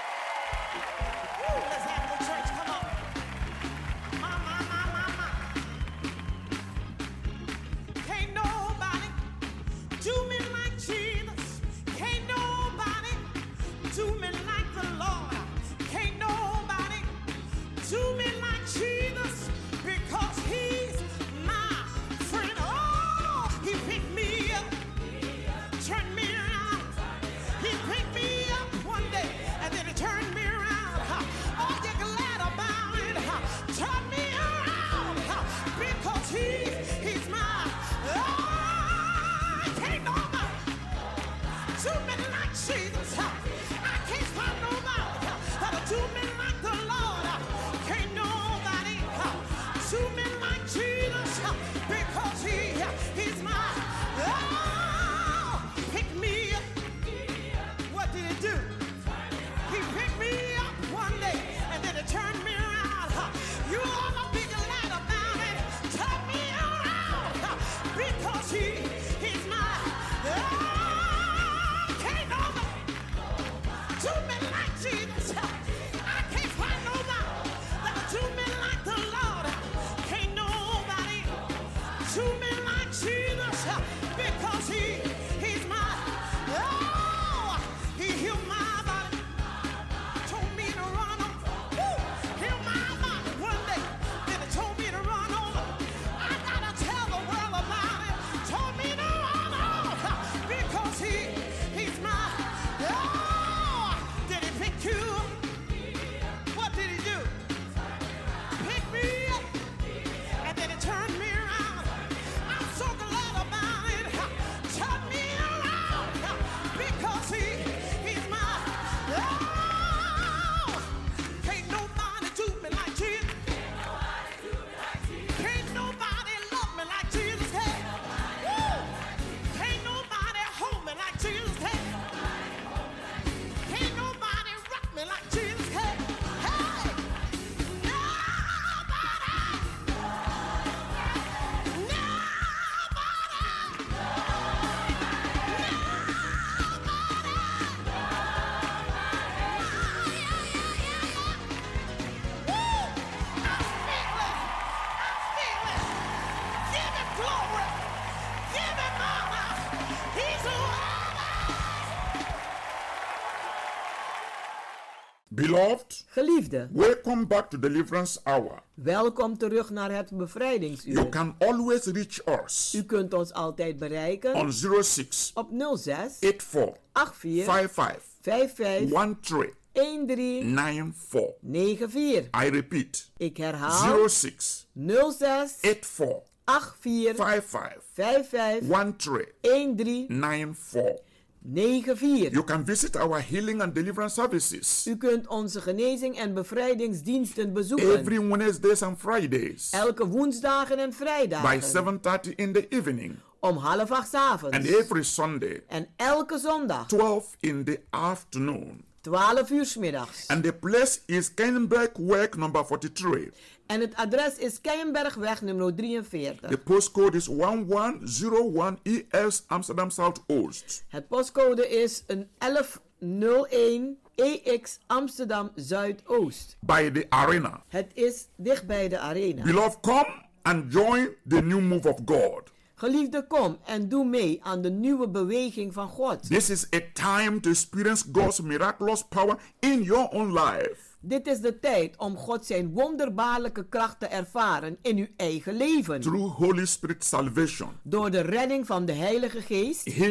[SPEAKER 7] Can't nobody do me like Jesus. Can't nobody do me like the Lord. Can't nobody do me like Jesus because he's my friend. Oh, he picked me up, turned me around. He picked me up one day and then he turned me around. Oh, you're glad about it. Turn me around because he, he's my. Oh, can't nobody do me like Jesus. I can't find nobody that'll do me like the Lord. Can't nobody do me like Jesus because he, he's my. Oh, pick me up. What did he do? He picked me up one day and then he turned me around. You ought to be glad about it. Turn me around because he, he's my. Oh, can't nobody do me like Jesus. I can't find nobody that'll do me like the Lord. Can't nobody do me like Jesus because he, he's my. Oh, he healed my body. Told me to run on. Woo! Healed my body one day. Then he told me to run on. I gotta tell the world about it. Told me to run on because he, he's my. Oh, did he pick you up? What did he do? Pick me up and then he turned me around. I'm so glad about it. Turn me around because he, he's my. Oh, can't nobody do me like Jesus. Can't nobody love me like Jesus. Hey, woo! Can't nobody hold me like Jesus. Hey, can't nobody rock me like Jesus. Hey, hey, nobody, give him glory, give him honor. He's worthy.
[SPEAKER 11] Beloved,
[SPEAKER 12] Geliefde,
[SPEAKER 11] welcome back to Deliverance Hour.
[SPEAKER 12] welkom terug naar het bevrijdingsuur.
[SPEAKER 11] You can always reach us
[SPEAKER 12] U kunt ons altijd bereiken
[SPEAKER 11] on zero six
[SPEAKER 12] op nul zes
[SPEAKER 11] eight four
[SPEAKER 12] acht vier
[SPEAKER 11] five five
[SPEAKER 12] vijf vijf
[SPEAKER 11] one three
[SPEAKER 12] een drie
[SPEAKER 11] nine four.
[SPEAKER 12] negen vier.
[SPEAKER 11] I repeat,
[SPEAKER 12] Ik herhaal
[SPEAKER 11] zero six
[SPEAKER 12] nul zes
[SPEAKER 11] eight four
[SPEAKER 12] acht vier
[SPEAKER 11] five five
[SPEAKER 12] vijf vijf
[SPEAKER 11] one three
[SPEAKER 12] een drie
[SPEAKER 11] nine four.
[SPEAKER 12] negen vier.
[SPEAKER 11] You can visit our healing and deliverance services
[SPEAKER 12] U kunt onze genezing en bevrijdingsdiensten bezoeken.
[SPEAKER 11] every Wednesdays and Fridays
[SPEAKER 12] Elke woensdagen en
[SPEAKER 11] by
[SPEAKER 12] vrijdagen.
[SPEAKER 11] seven thirty in the evening,
[SPEAKER 12] Om half acht 's avonds.
[SPEAKER 11] and every Sunday
[SPEAKER 12] En elke zondag.
[SPEAKER 11] twelve in the afternoon.
[SPEAKER 12] twaalf uur 's middags.
[SPEAKER 11] And the place is Kenbergweg number forty-three.
[SPEAKER 12] En het adres is Keienbergweg nummer drieënveertig.
[SPEAKER 11] The postcode is one one zero one E S Amsterdam Zuidoost.
[SPEAKER 12] Het postcode is een elf nul een E X Amsterdam Zuidoost.
[SPEAKER 11] By the arena.
[SPEAKER 12] Het is dicht bij de arena.
[SPEAKER 11] Beloved, come and join the new move of God.
[SPEAKER 12] Geliefde, kom en doe mee aan de nieuwe beweging van God.
[SPEAKER 11] This is a time to experience God's miraculous power in your own life.
[SPEAKER 12] Dit is de tijd om God zijn wonderbaarlijke kracht te ervaren in uw eigen leven.
[SPEAKER 11] Through Holy Spirit salvation,
[SPEAKER 12] Door de redding van de Heilige Geest,
[SPEAKER 11] healing,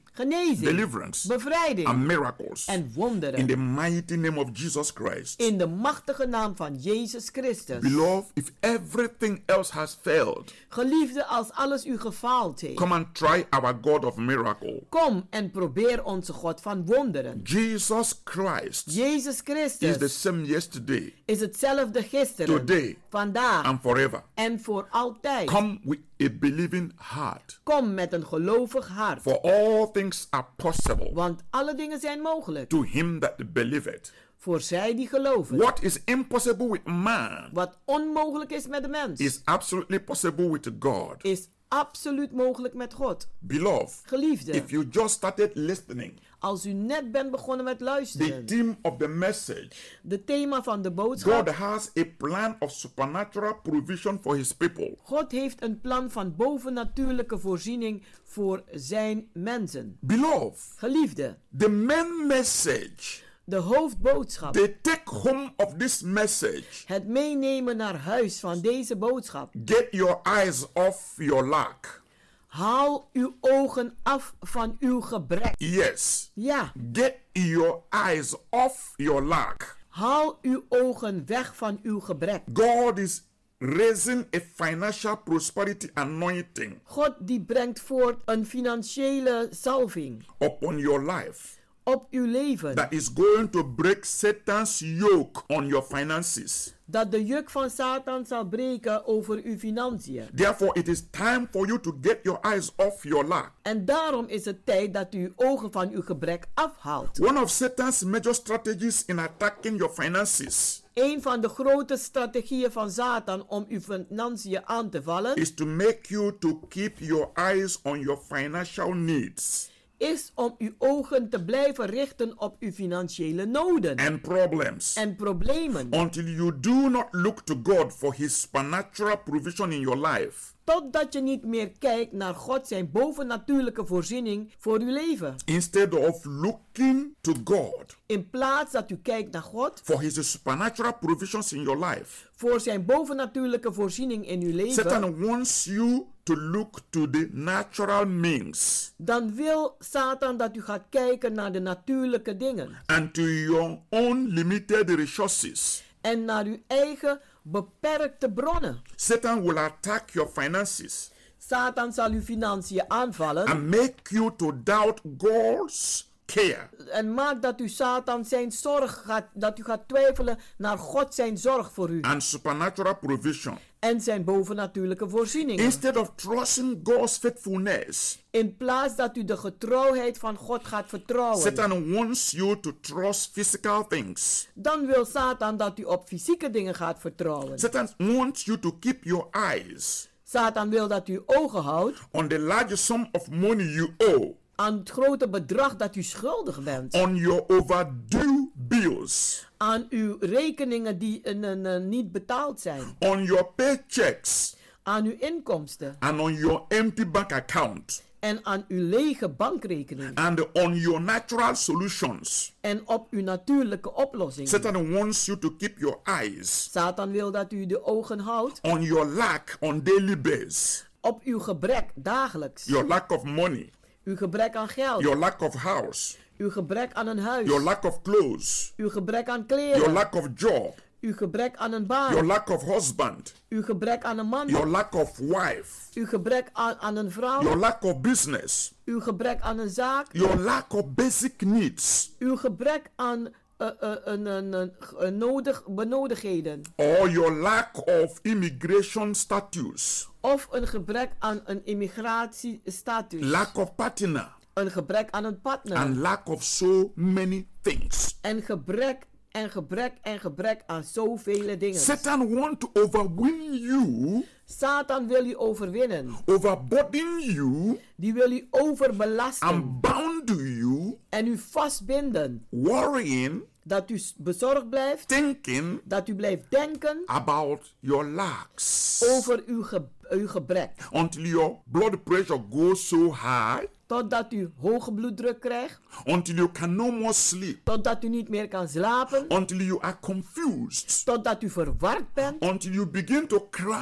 [SPEAKER 12] genezing,
[SPEAKER 11] deliverance,
[SPEAKER 12] bevrijding
[SPEAKER 11] and miracles.
[SPEAKER 12] en wonderen.
[SPEAKER 11] In the mighty name of Jesus Christ.
[SPEAKER 12] In de machtige naam van Jezus Christus.
[SPEAKER 11] Beloved, if everything else has failed,
[SPEAKER 12] geliefde, als alles u gefaald heeft,
[SPEAKER 11] come and try our God of miracle.
[SPEAKER 12] kom en probeer onze God van wonderen.
[SPEAKER 11] Jesus Christ
[SPEAKER 12] Jezus Christus
[SPEAKER 11] is the same yesterday,
[SPEAKER 12] is hetzelfde gisteren,
[SPEAKER 11] today,
[SPEAKER 12] vandaag
[SPEAKER 11] and forever.
[SPEAKER 12] en voor altijd.
[SPEAKER 11] Come with a believing heart.
[SPEAKER 12] Kom met een gelovig hart.
[SPEAKER 11] For all things are possible.
[SPEAKER 12] Want alle dingen zijn mogelijk.
[SPEAKER 11] To him that believeth.
[SPEAKER 12] Voor zij die geloven.
[SPEAKER 11] What is impossible with man?
[SPEAKER 12] Wat onmogelijk is met de mens.
[SPEAKER 11] Is absolutely possible with God.
[SPEAKER 12] Is absoluut mogelijk met God.
[SPEAKER 11] Beloved.
[SPEAKER 12] Geliefde.
[SPEAKER 11] If you just started listening.
[SPEAKER 12] Als u net bent begonnen met luisteren.
[SPEAKER 11] The theme of the message.
[SPEAKER 12] De thema van de boodschap.
[SPEAKER 11] God has a plan of supernatural provision for his people.
[SPEAKER 12] God heeft een plan van bovennatuurlijke voorziening voor zijn mensen.
[SPEAKER 11] Beloved.
[SPEAKER 12] Geliefde.
[SPEAKER 11] The main message.
[SPEAKER 12] De hoofdboodschap.
[SPEAKER 11] The take home of this message.
[SPEAKER 12] Het meenemen naar huis van deze boodschap.
[SPEAKER 11] Get your eyes off your lack.
[SPEAKER 12] Haal uw ogen af van uw gebrek.
[SPEAKER 11] Yes.
[SPEAKER 12] Ja.
[SPEAKER 11] Get your eyes off your lack.
[SPEAKER 12] Haal uw ogen weg van uw gebrek.
[SPEAKER 11] God is raising a financial prosperity anointing.
[SPEAKER 12] God die brengt voort een financiële salving.
[SPEAKER 11] Upon your life.
[SPEAKER 12] Op uw leven.
[SPEAKER 11] That is going to break Satan's yoke on your finances.
[SPEAKER 12] Dat de juk van Satan zal breken over uw financiën.
[SPEAKER 11] Therefore, it is time for you to get your eyes off your lack.
[SPEAKER 12] En daarom is het tijd dat u uw ogen van uw gebrek afhaalt.
[SPEAKER 11] One of Satan's major strategies in attacking your finances.
[SPEAKER 12] Een van de grote strategieën van Satan om uw financiën aan te vallen.
[SPEAKER 11] Is to make you to keep your eyes on your financial needs.
[SPEAKER 12] Is om uw ogen te blijven richten op uw financiële noden.
[SPEAKER 11] And problems.
[SPEAKER 12] En problemen.
[SPEAKER 11] Until you do not look to God for his supernatural provision in your life.
[SPEAKER 12] Totdat je niet meer kijkt naar God zijn bovennatuurlijke voorziening voor uw leven.
[SPEAKER 11] Instead of looking to God.
[SPEAKER 12] In plaats dat u kijkt naar God.
[SPEAKER 11] For his supernatural provisions in your life.
[SPEAKER 12] Voor zijn bovennatuurlijke voorziening in uw leven.
[SPEAKER 11] Satan wants you to look to the natural means.
[SPEAKER 12] Dan wil Satan dat u gaat kijken naar de natuurlijke dingen.
[SPEAKER 11] And to your own limited resources.
[SPEAKER 12] En naar uw eigen beperkte bronnen.
[SPEAKER 11] Satan will attack your finances.
[SPEAKER 12] Satan zal uw financiën aanvallen.
[SPEAKER 11] And make you to doubt God's care.
[SPEAKER 12] En maakt dat u Satan zijn zorg gaat, dat u gaat twijfelen naar God zijn zorg voor u.
[SPEAKER 11] And supernatural provision.
[SPEAKER 12] En zijn bovennatuurlijke voorzieningen.
[SPEAKER 11] Instead of trusting God's faithfulness.
[SPEAKER 12] In plaats dat u de getrouwheid van God gaat vertrouwen.
[SPEAKER 11] Satan wants you to trust physical things.
[SPEAKER 12] Dan wil Satan dat u op fysieke dingen gaat vertrouwen.
[SPEAKER 11] Satan wants you to keep your eyes.
[SPEAKER 12] Satan wil dat u ogen houdt.
[SPEAKER 11] On the large sum of money you owe.
[SPEAKER 12] Aan het grote bedrag dat u schuldig bent.
[SPEAKER 11] On your overdue bills.
[SPEAKER 12] Aan uw rekeningen die uh, uh, uh, niet betaald zijn.
[SPEAKER 11] On your paychecks.
[SPEAKER 12] Aan uw inkomsten.
[SPEAKER 11] And on your empty bank account.
[SPEAKER 12] En aan uw lege bankrekening.
[SPEAKER 11] And on your natural solutions.
[SPEAKER 12] En op uw natuurlijke oplossingen.
[SPEAKER 11] Satan wants you to keep your eyes.
[SPEAKER 12] Satan wil dat u de ogen houdt.
[SPEAKER 11] On your lack on daily basis.
[SPEAKER 12] Op uw gebrek dagelijks.
[SPEAKER 11] Your lack of money.
[SPEAKER 12] Uw gebrek aan geld.
[SPEAKER 11] Your lack of house.
[SPEAKER 12] Uw gebrek aan een huis.
[SPEAKER 11] Your lack of clothes.
[SPEAKER 12] Uw gebrek aan kleren.
[SPEAKER 11] Your lack of job.
[SPEAKER 12] Uw gebrek aan een baan.
[SPEAKER 11] Your lack of husband.
[SPEAKER 12] Uw gebrek aan een man.
[SPEAKER 11] Your lack of wife.
[SPEAKER 12] Uw gebrek aan, aan een vrouw.
[SPEAKER 11] Your lack of business.
[SPEAKER 12] Uw gebrek aan een zaak.
[SPEAKER 11] Your lack of basic needs.
[SPEAKER 12] Uw gebrek aan uh, uh, een, een, een, een nodig, benodigdheden.
[SPEAKER 11] Or your lack of immigration status.
[SPEAKER 12] Of een gebrek aan een immigratiestatus.
[SPEAKER 11] Lack of partner.
[SPEAKER 12] Een gebrek aan een partner.
[SPEAKER 11] And lack of so many things.
[SPEAKER 12] En gebrek en gebrek en gebrek aan zoveel dingen.
[SPEAKER 11] Satan want to overwhelm you.
[SPEAKER 12] Satan wil u overwinnen.
[SPEAKER 11] Overburden you.
[SPEAKER 12] Die wil u overbelasten.
[SPEAKER 11] And bound you.
[SPEAKER 12] En u vastbinden.
[SPEAKER 11] Worrying.
[SPEAKER 12] Dat u bezorgd blijft.
[SPEAKER 11] Thinking.
[SPEAKER 12] Dat u blijft denken.
[SPEAKER 11] About your lacks.
[SPEAKER 12] Over uw, ge uw gebrek.
[SPEAKER 11] Until your blood pressure goes so high.
[SPEAKER 12] Totdat u hoge bloeddruk krijgt.
[SPEAKER 11] Until you can no more sleep.
[SPEAKER 12] Totdat u niet meer kan slapen.
[SPEAKER 11] Until you are confused.
[SPEAKER 12] Totdat u verward bent.
[SPEAKER 11] Until you begin to cry.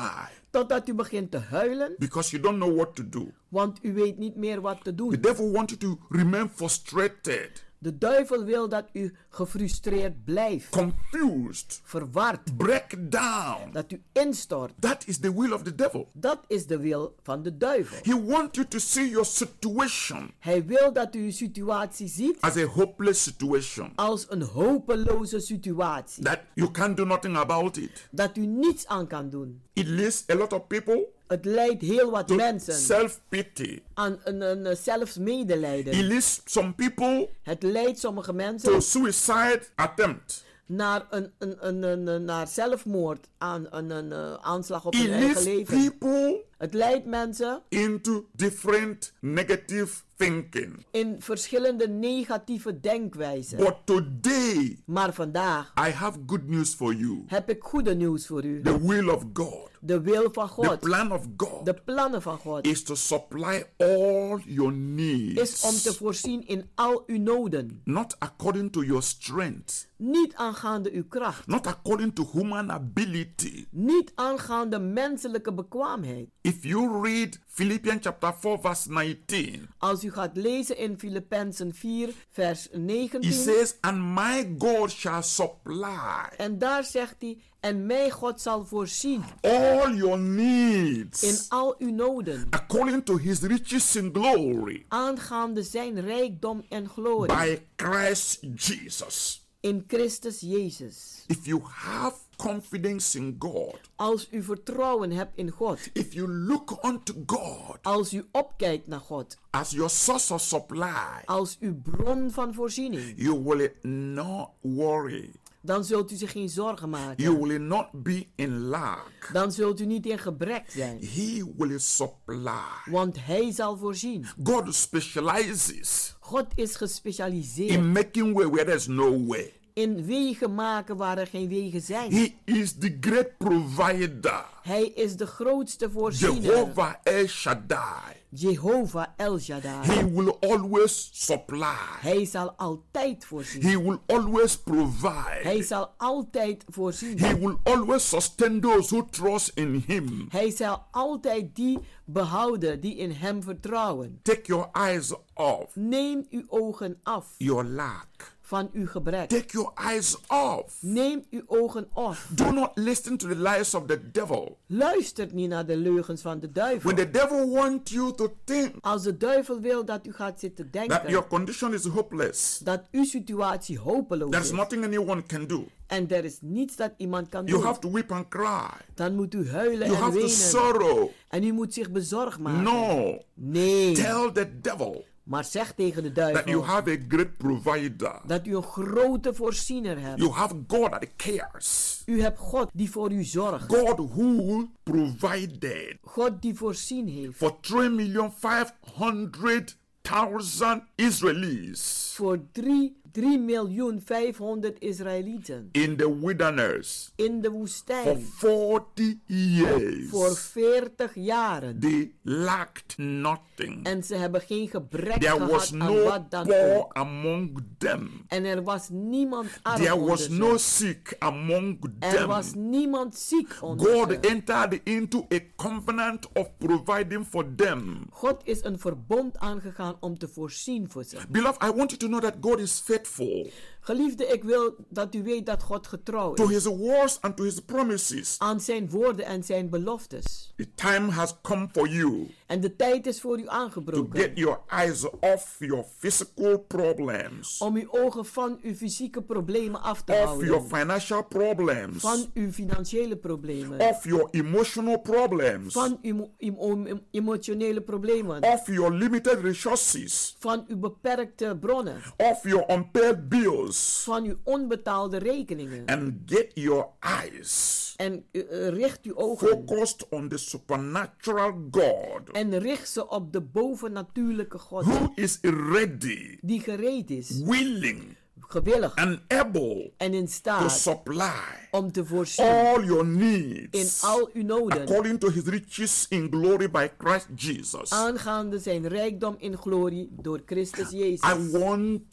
[SPEAKER 12] Totdat u begint te huilen,
[SPEAKER 11] because you don't know what to do.
[SPEAKER 12] want u weet niet meer wat te doen.
[SPEAKER 11] The devil wants you to remain frustrated,
[SPEAKER 12] De duivel wil dat u gefrustreerd blijft,
[SPEAKER 11] confused,
[SPEAKER 12] verward,
[SPEAKER 11] break down.
[SPEAKER 12] dat u instort.
[SPEAKER 11] That is the will of the devil.
[SPEAKER 12] Dat is de wil van de duivel.
[SPEAKER 11] He wants you to see your situation
[SPEAKER 12] Hij wil dat u uw situatie ziet
[SPEAKER 11] as a hopeless situation,
[SPEAKER 12] als een hopeloze situatie.
[SPEAKER 11] that you can't do nothing about it.
[SPEAKER 12] Dat u niets aan kan doen.
[SPEAKER 11] It leads a lot of people
[SPEAKER 12] Het leidt heel wat
[SPEAKER 11] to
[SPEAKER 12] mensen
[SPEAKER 11] self-pity.
[SPEAKER 12] aan een, een, een zelfsmedelijden.
[SPEAKER 11] It leads some people
[SPEAKER 12] Het leidt sommige
[SPEAKER 11] to
[SPEAKER 12] mensen
[SPEAKER 11] suicide attempt.
[SPEAKER 12] naar, een, een, een, een, een- naar zelfmoord, aan een, een, een aanslag op
[SPEAKER 11] It
[SPEAKER 12] hun eigen
[SPEAKER 11] leads
[SPEAKER 12] leven.
[SPEAKER 11] people
[SPEAKER 12] Het leidt mensen
[SPEAKER 11] into different negative thinking.
[SPEAKER 12] in verschillende negatieve denkwijzen.
[SPEAKER 11] But today,
[SPEAKER 12] Maar vandaag
[SPEAKER 11] I have good news for you.
[SPEAKER 12] heb ik goede nieuws voor u.
[SPEAKER 11] The will of God,
[SPEAKER 12] De wil van
[SPEAKER 11] the
[SPEAKER 12] God,
[SPEAKER 11] plan of God
[SPEAKER 12] de plannen van God,
[SPEAKER 11] is to supply all your needs.
[SPEAKER 12] is om te voorzien in al uw noden.
[SPEAKER 11] Not according to your strength,
[SPEAKER 12] Niet aangaande uw kracht.
[SPEAKER 11] not according to human ability.
[SPEAKER 12] Niet aangaande menselijke bekwaamheid.
[SPEAKER 11] If you read Philippians chapter four verse nineteen,
[SPEAKER 12] Als u gaat lezen in Filippenzen vier, vers
[SPEAKER 11] he
[SPEAKER 12] negentien.
[SPEAKER 11] says, and my God shall supply
[SPEAKER 12] En daar zegt hij, en mij God zal voorzien
[SPEAKER 11] all your needs
[SPEAKER 12] in al uw noden,
[SPEAKER 11] according to his riches in glory
[SPEAKER 12] aangaande zijn rijkdom en glorie,
[SPEAKER 11] by Christ Jesus.
[SPEAKER 12] in Christus Jezus.
[SPEAKER 11] If you have confidence in God,
[SPEAKER 12] Als u vertrouwen hebt in God,
[SPEAKER 11] if you look unto God
[SPEAKER 12] als u opkijkt naar God,
[SPEAKER 11] as your source of supply,
[SPEAKER 12] als uw bron van voorziening,
[SPEAKER 11] you will not worry.
[SPEAKER 12] dan zult u zich geen zorgen maken.
[SPEAKER 11] You will not be in lack.
[SPEAKER 12] Dan zult u niet in gebrek zijn,
[SPEAKER 11] He will supply.
[SPEAKER 12] want Hij zal voorzien.
[SPEAKER 11] God specializes
[SPEAKER 12] God is gespecialiseerd
[SPEAKER 11] in making way where there's no way.
[SPEAKER 12] in wegen maken waar er geen wegen zijn.
[SPEAKER 11] He is the great provider.
[SPEAKER 12] Hij is de grootste voorziener.
[SPEAKER 11] Jehovah El Shaddai.
[SPEAKER 12] Jehovah El Shaddai.
[SPEAKER 11] He will always supply.
[SPEAKER 12] Hij zal altijd voorzien.
[SPEAKER 11] He will always provide.
[SPEAKER 12] Hij zal altijd voorzien.
[SPEAKER 11] He will always sustain those who trust in him.
[SPEAKER 12] Hij zal altijd die behouden die in hem vertrouwen.
[SPEAKER 11] Take your eyes off
[SPEAKER 12] Neem uw ogen af
[SPEAKER 11] your lack.
[SPEAKER 12] van uw gebrek.
[SPEAKER 11] Take your eyes off.
[SPEAKER 12] Neem uw ogen af.
[SPEAKER 11] Do not listen to the lies of the devil.
[SPEAKER 12] Luistert niet naar de leugens van de duivel.
[SPEAKER 11] When the devil wants you to think
[SPEAKER 12] Als de duivel wil dat u gaat zitten
[SPEAKER 11] that
[SPEAKER 12] denken
[SPEAKER 11] your condition is hopeless,
[SPEAKER 12] dat uw situatie hopeloos
[SPEAKER 11] there's
[SPEAKER 12] is
[SPEAKER 11] nothing anyone can do.
[SPEAKER 12] en er is niets dat iemand kan
[SPEAKER 11] You
[SPEAKER 12] doen,
[SPEAKER 11] have to weep and cry.
[SPEAKER 12] dan moet u huilen
[SPEAKER 11] You
[SPEAKER 12] en
[SPEAKER 11] have to
[SPEAKER 12] wenen.
[SPEAKER 11] sorrow.
[SPEAKER 12] En u moet zich bezorgd maken.
[SPEAKER 11] No.
[SPEAKER 12] Nee.
[SPEAKER 11] Tell the devil
[SPEAKER 12] Maar zeg tegen de
[SPEAKER 11] that you
[SPEAKER 12] duivel
[SPEAKER 11] have a great provider.
[SPEAKER 12] dat u een grote voorziener hebt.
[SPEAKER 11] You have God that cares.
[SPEAKER 12] U hebt God die voor u zorgt.
[SPEAKER 11] God who provided
[SPEAKER 12] God die voorzien heeft.
[SPEAKER 11] for three million five hundred thousand Israelis
[SPEAKER 12] Voor drie miljoen vijfhonderd Israëlieten.
[SPEAKER 11] in the wilderness
[SPEAKER 12] In de
[SPEAKER 11] for
[SPEAKER 12] woestijn.
[SPEAKER 11] forty years.
[SPEAKER 12] Voor veertig jaren.
[SPEAKER 11] They lacked nothing.
[SPEAKER 12] En ze hebben geen gebrek
[SPEAKER 11] There
[SPEAKER 12] gehad
[SPEAKER 11] was
[SPEAKER 12] aan
[SPEAKER 11] no
[SPEAKER 12] wat dan
[SPEAKER 11] poor
[SPEAKER 12] ook.
[SPEAKER 11] among them.
[SPEAKER 12] En er was niemand arm
[SPEAKER 11] There
[SPEAKER 12] onder
[SPEAKER 11] was
[SPEAKER 12] ze.
[SPEAKER 11] no sick among
[SPEAKER 12] Er
[SPEAKER 11] them.
[SPEAKER 12] was niemand ziek onder
[SPEAKER 11] God
[SPEAKER 12] ze.
[SPEAKER 11] entered into a covenant of providing for them.
[SPEAKER 12] God is een verbond aangegaan om te voorzien voor ze.
[SPEAKER 11] Beloved, I want you to know that God is faithful
[SPEAKER 12] Geliefde, ik wil dat u weet dat God getrouw
[SPEAKER 11] to
[SPEAKER 12] is
[SPEAKER 11] his words and to his promises.
[SPEAKER 12] aan zijn woorden en zijn beloftes.
[SPEAKER 11] The time has come for you
[SPEAKER 12] En de tijd is voor u
[SPEAKER 11] to
[SPEAKER 12] aangebroken
[SPEAKER 11] get your eyes off your physical problems,
[SPEAKER 12] om uw ogen van uw fysieke problemen af te
[SPEAKER 11] off
[SPEAKER 12] houden.
[SPEAKER 11] your financial problems,
[SPEAKER 12] Van uw financiële problemen.
[SPEAKER 11] off your emotional problems,
[SPEAKER 12] Van uw emo- emo- emotionele problemen.
[SPEAKER 11] off your limited resources,
[SPEAKER 12] Van uw beperkte bronnen.
[SPEAKER 11] off your unpaid bills,
[SPEAKER 12] Van uw onbetaalde rekeningen.
[SPEAKER 11] and get your eyes
[SPEAKER 12] En uh, uh, richt uw ogen.
[SPEAKER 11] focused on the supernatural God
[SPEAKER 12] En richt ze op de bovennatuurlijke God.
[SPEAKER 11] who is ready,
[SPEAKER 12] Die gereed is.
[SPEAKER 11] willing,
[SPEAKER 12] Gewillig.
[SPEAKER 11] and able
[SPEAKER 12] En in
[SPEAKER 11] to
[SPEAKER 12] staat
[SPEAKER 11] supply
[SPEAKER 12] om te voorzien.
[SPEAKER 11] all your
[SPEAKER 12] In
[SPEAKER 11] needs
[SPEAKER 12] al uw noden.
[SPEAKER 11] according to his riches in glory by Christ Jesus.
[SPEAKER 12] Aangaande zijn rijkdom in glorie door Christus Jezus.
[SPEAKER 11] I want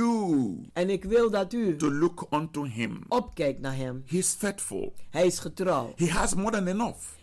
[SPEAKER 11] you
[SPEAKER 12] En ik wil dat u
[SPEAKER 11] to look unto him.
[SPEAKER 12] opkijkt naar hem.
[SPEAKER 11] He's faithful.
[SPEAKER 12] Hij is getrouw.
[SPEAKER 11] He has more than enough.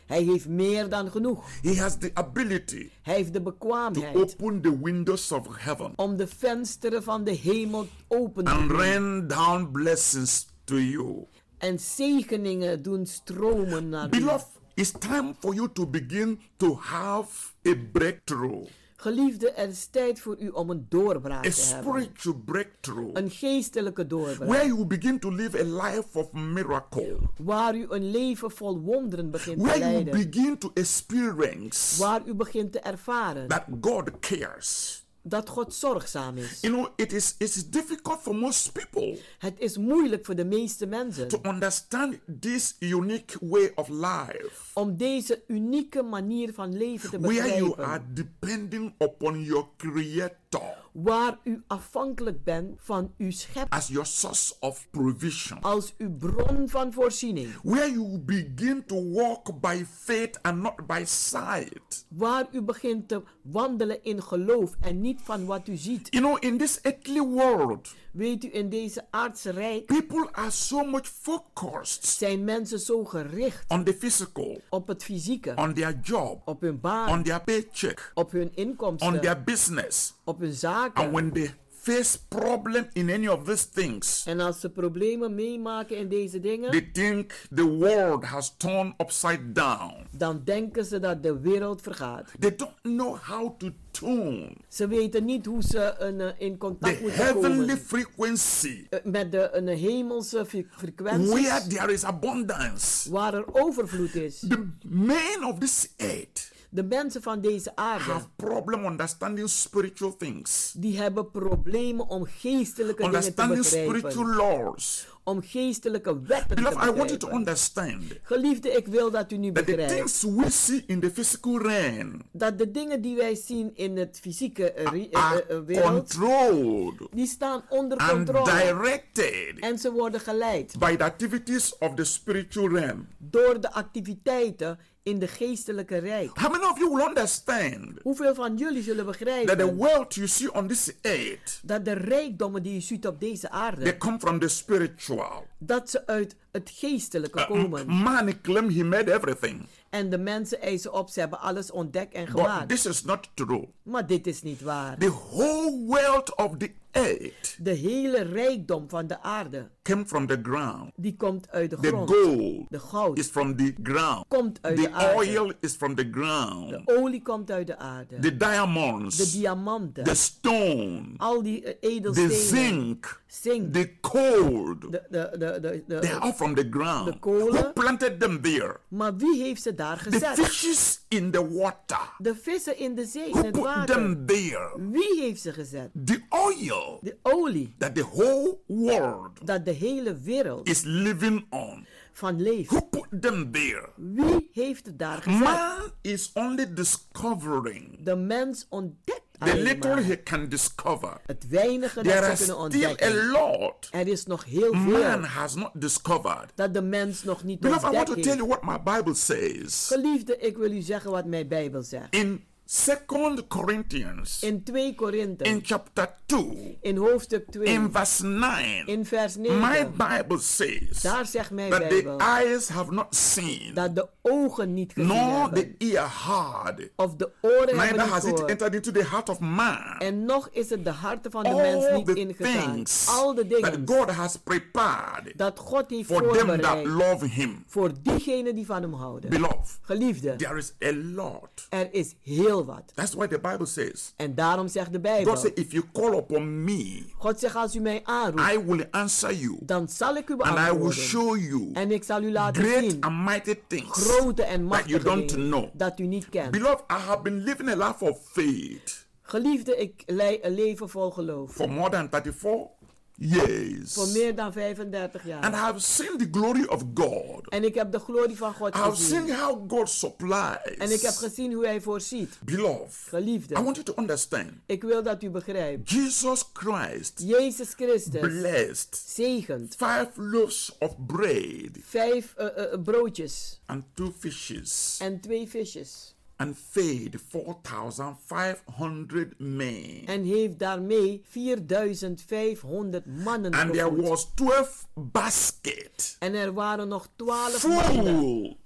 [SPEAKER 12] Hij heeft meer dan genoeg.
[SPEAKER 11] He has the ability
[SPEAKER 12] Hij heeft de
[SPEAKER 11] to
[SPEAKER 12] bekwaamheid
[SPEAKER 11] open the windows of heaven
[SPEAKER 12] om de vensteren van de hemel open te
[SPEAKER 11] and
[SPEAKER 12] doen.
[SPEAKER 11] rain down blessings to you.
[SPEAKER 12] En zegeningen doen stromen naar u.
[SPEAKER 11] Beloved, it's time for you to begin to have a breakthrough.
[SPEAKER 12] Geliefde, er is tijd voor u om een doorbraak
[SPEAKER 11] A
[SPEAKER 12] te hebben.
[SPEAKER 11] spiritual breakthrough.
[SPEAKER 12] Een geestelijke doorbraak.
[SPEAKER 11] Where you begin to live a life of miracle.
[SPEAKER 12] Waar u een leven vol wonderen begint te
[SPEAKER 11] Where you
[SPEAKER 12] leiden.
[SPEAKER 11] begin to experience
[SPEAKER 12] Waar u begint te ervaren
[SPEAKER 11] that God cares.
[SPEAKER 12] dat God zorgzaam is.
[SPEAKER 11] You know, it is it's difficult for most people
[SPEAKER 12] Het is moeilijk voor de meeste mensen
[SPEAKER 11] to understand this unique way of life,
[SPEAKER 12] om deze unieke manier van leven te
[SPEAKER 11] where you
[SPEAKER 12] begrijpen.
[SPEAKER 11] are depending upon your Creator
[SPEAKER 12] Waar u afhankelijk bent van uw schepper
[SPEAKER 11] as your source of provision,
[SPEAKER 12] als uw bron van voorziening.
[SPEAKER 11] where you begin to walk by faith and not by sight.
[SPEAKER 12] Waar u begint te wandelen in geloof en niet van wat u ziet.
[SPEAKER 11] You know, in this earthly world,
[SPEAKER 12] Weet u, in deze aardse rijk
[SPEAKER 11] people are so much focused
[SPEAKER 12] zijn mensen zo gericht
[SPEAKER 11] on the physical,
[SPEAKER 12] op het fysieke,
[SPEAKER 11] on their job,
[SPEAKER 12] op hun baan,
[SPEAKER 11] on their paycheck,
[SPEAKER 12] op hun
[SPEAKER 11] on
[SPEAKER 12] inkomsten,
[SPEAKER 11] their business.
[SPEAKER 12] op hun
[SPEAKER 11] And
[SPEAKER 12] zaken.
[SPEAKER 11] when they face problem in any of these things,
[SPEAKER 12] En als ze problemen meemaken in deze dingen,
[SPEAKER 11] they think the world has turned upside down.
[SPEAKER 12] dan denken ze dat de wereld vergaat.
[SPEAKER 11] They don't know how to tune
[SPEAKER 12] Ze weten niet hoe ze een, eh, in
[SPEAKER 11] the
[SPEAKER 12] contact moeten
[SPEAKER 11] heavenly
[SPEAKER 12] komen
[SPEAKER 11] frequency
[SPEAKER 12] eh, met de een hemelse fre-
[SPEAKER 11] where
[SPEAKER 12] frequenties
[SPEAKER 11] there is abundance.
[SPEAKER 12] waar er overvloed is.
[SPEAKER 11] The men of this earth
[SPEAKER 12] De mensen van deze aarde,
[SPEAKER 11] have problem understanding spiritual things,
[SPEAKER 12] die hebben problemen om geestelijke dingen te
[SPEAKER 11] understanding spiritual
[SPEAKER 12] begrijpen.
[SPEAKER 11] laws.
[SPEAKER 12] Om geestelijke wetten te
[SPEAKER 11] Beloved, I want you to
[SPEAKER 12] begrijpen.
[SPEAKER 11] understand
[SPEAKER 12] Geliefde, ik wil dat u nu
[SPEAKER 11] that the
[SPEAKER 12] begrijpt
[SPEAKER 11] things we see in the physical realm
[SPEAKER 12] dat de dingen die wij zien in het fysieke eh, ri- eh,
[SPEAKER 11] are
[SPEAKER 12] eh, wereld,
[SPEAKER 11] controlled
[SPEAKER 12] die staan onder
[SPEAKER 11] and
[SPEAKER 12] controle.
[SPEAKER 11] directed
[SPEAKER 12] En ze worden geleid
[SPEAKER 11] by the activities of the spiritual realm.
[SPEAKER 12] door de activiteiten in de geestelijke rijk.
[SPEAKER 11] How many of you will understand
[SPEAKER 12] Hoeveel van jullie zullen
[SPEAKER 11] that the
[SPEAKER 12] begrijpen
[SPEAKER 11] wealth you see on this earth,
[SPEAKER 12] dat de rijkdommen die je ziet op deze
[SPEAKER 11] they
[SPEAKER 12] aarde,
[SPEAKER 11] come from the spiritual?
[SPEAKER 12] dat ze uit het geestelijke
[SPEAKER 11] Uh,
[SPEAKER 12] komen.
[SPEAKER 11] man claimed he made everything,
[SPEAKER 12] En de mensen eisen op, ze hebben alles ontdekt en
[SPEAKER 11] but
[SPEAKER 12] gemaakt.
[SPEAKER 11] this is not true.
[SPEAKER 12] Maar dit is niet waar.
[SPEAKER 11] The whole wealth of the earth
[SPEAKER 12] De hele rijkdom van de aarde,
[SPEAKER 11] came from the ground.
[SPEAKER 12] die komt uit de
[SPEAKER 11] The
[SPEAKER 12] grond.
[SPEAKER 11] gold
[SPEAKER 12] De goud
[SPEAKER 11] is from the ground.
[SPEAKER 12] komt uit
[SPEAKER 11] The
[SPEAKER 12] de aarde.
[SPEAKER 11] oil is from the
[SPEAKER 12] De
[SPEAKER 11] ground.
[SPEAKER 12] olie komt uit de aarde.
[SPEAKER 11] The diamonds,
[SPEAKER 12] De diamanten.
[SPEAKER 11] the stone,
[SPEAKER 12] Al die eh,
[SPEAKER 11] the
[SPEAKER 12] edelstenen.
[SPEAKER 11] zinc,
[SPEAKER 12] Zink.
[SPEAKER 11] the coal,
[SPEAKER 12] De, de, de, de, de,
[SPEAKER 11] they are all from the ground.
[SPEAKER 12] de kolen.
[SPEAKER 11] Who planted them there?
[SPEAKER 12] Maar wie heeft ze daar
[SPEAKER 11] The
[SPEAKER 12] gezet?
[SPEAKER 11] fishes in the water.
[SPEAKER 12] De vissen in de zee, in
[SPEAKER 11] Who
[SPEAKER 12] het
[SPEAKER 11] put
[SPEAKER 12] water.
[SPEAKER 11] them there?
[SPEAKER 12] Wie heeft ze gezet?
[SPEAKER 11] The oil
[SPEAKER 12] De olie
[SPEAKER 11] that the whole world
[SPEAKER 12] dat de hele wereld
[SPEAKER 11] is living on.
[SPEAKER 12] van leeft.
[SPEAKER 11] Who put them there?
[SPEAKER 12] Wie heeft het daar gezet?
[SPEAKER 11] Man is only discovering
[SPEAKER 12] De mens ontdekt
[SPEAKER 11] the
[SPEAKER 12] alleen
[SPEAKER 11] little
[SPEAKER 12] maar
[SPEAKER 11] he can discover.
[SPEAKER 12] het weinige
[SPEAKER 11] There
[SPEAKER 12] dat
[SPEAKER 11] is
[SPEAKER 12] ze kunnen
[SPEAKER 11] still a
[SPEAKER 12] ontdekken.
[SPEAKER 11] lot
[SPEAKER 12] Er is nog heel
[SPEAKER 11] man
[SPEAKER 12] veel
[SPEAKER 11] has not discovered.
[SPEAKER 12] dat de mens nog niet
[SPEAKER 11] Beloved, I want
[SPEAKER 12] ontdekt
[SPEAKER 11] to tell
[SPEAKER 12] heeft.
[SPEAKER 11] you what my Bible says.
[SPEAKER 12] Geliefde, ik wil u zeggen wat mijn Bijbel zegt.
[SPEAKER 11] In Second Corinthians,
[SPEAKER 12] In twee Korinthe,
[SPEAKER 11] in chapter two,
[SPEAKER 12] in hoofdstuk twee,
[SPEAKER 11] in verse nine,
[SPEAKER 12] in vers
[SPEAKER 11] my
[SPEAKER 12] negen,
[SPEAKER 11] Bible says
[SPEAKER 12] daar zegt mijn
[SPEAKER 11] that the
[SPEAKER 12] Bijbel
[SPEAKER 11] eyes have not seen,
[SPEAKER 12] dat de ogen niet gezien
[SPEAKER 11] nor the
[SPEAKER 12] hebben,
[SPEAKER 11] ear heard,
[SPEAKER 12] of de oren
[SPEAKER 11] neither
[SPEAKER 12] hebben niet
[SPEAKER 11] has it
[SPEAKER 12] gehoord.
[SPEAKER 11] entered into the heart of man.
[SPEAKER 12] En nog is het de harten van de mens
[SPEAKER 11] All
[SPEAKER 12] niet
[SPEAKER 11] the
[SPEAKER 12] ingegaan.
[SPEAKER 11] things
[SPEAKER 12] Al de
[SPEAKER 11] that
[SPEAKER 12] dingen
[SPEAKER 11] God has prepared
[SPEAKER 12] dat God heeft
[SPEAKER 11] for them that
[SPEAKER 12] voorbereid
[SPEAKER 11] love Him.
[SPEAKER 12] voor diegenen die van hem houden.
[SPEAKER 11] Beloved,
[SPEAKER 12] Geliefde,
[SPEAKER 11] there is a lot.
[SPEAKER 12] er is heel wat.
[SPEAKER 11] That's why the Bible says,
[SPEAKER 12] En daarom zegt de Bijbel,
[SPEAKER 11] God said, if you call upon me,
[SPEAKER 12] God zegt als u mij aanroept,
[SPEAKER 11] I will answer you,
[SPEAKER 12] dan zal ik u
[SPEAKER 11] and I will
[SPEAKER 12] beantwoorden.
[SPEAKER 11] show you
[SPEAKER 12] En ik zal u laten
[SPEAKER 11] great
[SPEAKER 12] zien
[SPEAKER 11] and mighty things
[SPEAKER 12] grote en
[SPEAKER 11] that you
[SPEAKER 12] machtige
[SPEAKER 11] don't
[SPEAKER 12] dingen
[SPEAKER 11] know.
[SPEAKER 12] dat u niet kent.
[SPEAKER 11] Beloved, I have been living a life of faith
[SPEAKER 12] Geliefde, ik leid een leven vol geloof.
[SPEAKER 11] for more than thirty-four years.
[SPEAKER 12] Voor meer dan vijfendertig
[SPEAKER 11] And I
[SPEAKER 12] jaar.
[SPEAKER 11] have seen the glory of God.
[SPEAKER 12] En ik heb de glorie van God
[SPEAKER 11] I have seen
[SPEAKER 12] gezien.
[SPEAKER 11] how God supplies.
[SPEAKER 12] En ik heb gezien hoe hij voorziet.
[SPEAKER 11] Beloved,
[SPEAKER 12] Geliefde,
[SPEAKER 11] I want you to understand.
[SPEAKER 12] ik wil dat u begrijpt.
[SPEAKER 11] Jesus Christ
[SPEAKER 12] Jezus Christus
[SPEAKER 11] blessed
[SPEAKER 12] zegent
[SPEAKER 11] five loaves of bread
[SPEAKER 12] vijf uh, uh, broodjes
[SPEAKER 11] and two fishes
[SPEAKER 12] en twee visjes.
[SPEAKER 11] and fed four thousand five hundred men.
[SPEAKER 12] En heeft daarmee vierduizend vijfhonderd mannen
[SPEAKER 11] And there
[SPEAKER 12] gevoed.
[SPEAKER 11] was twelve baskets
[SPEAKER 12] En er waren nog twaalf manden
[SPEAKER 11] full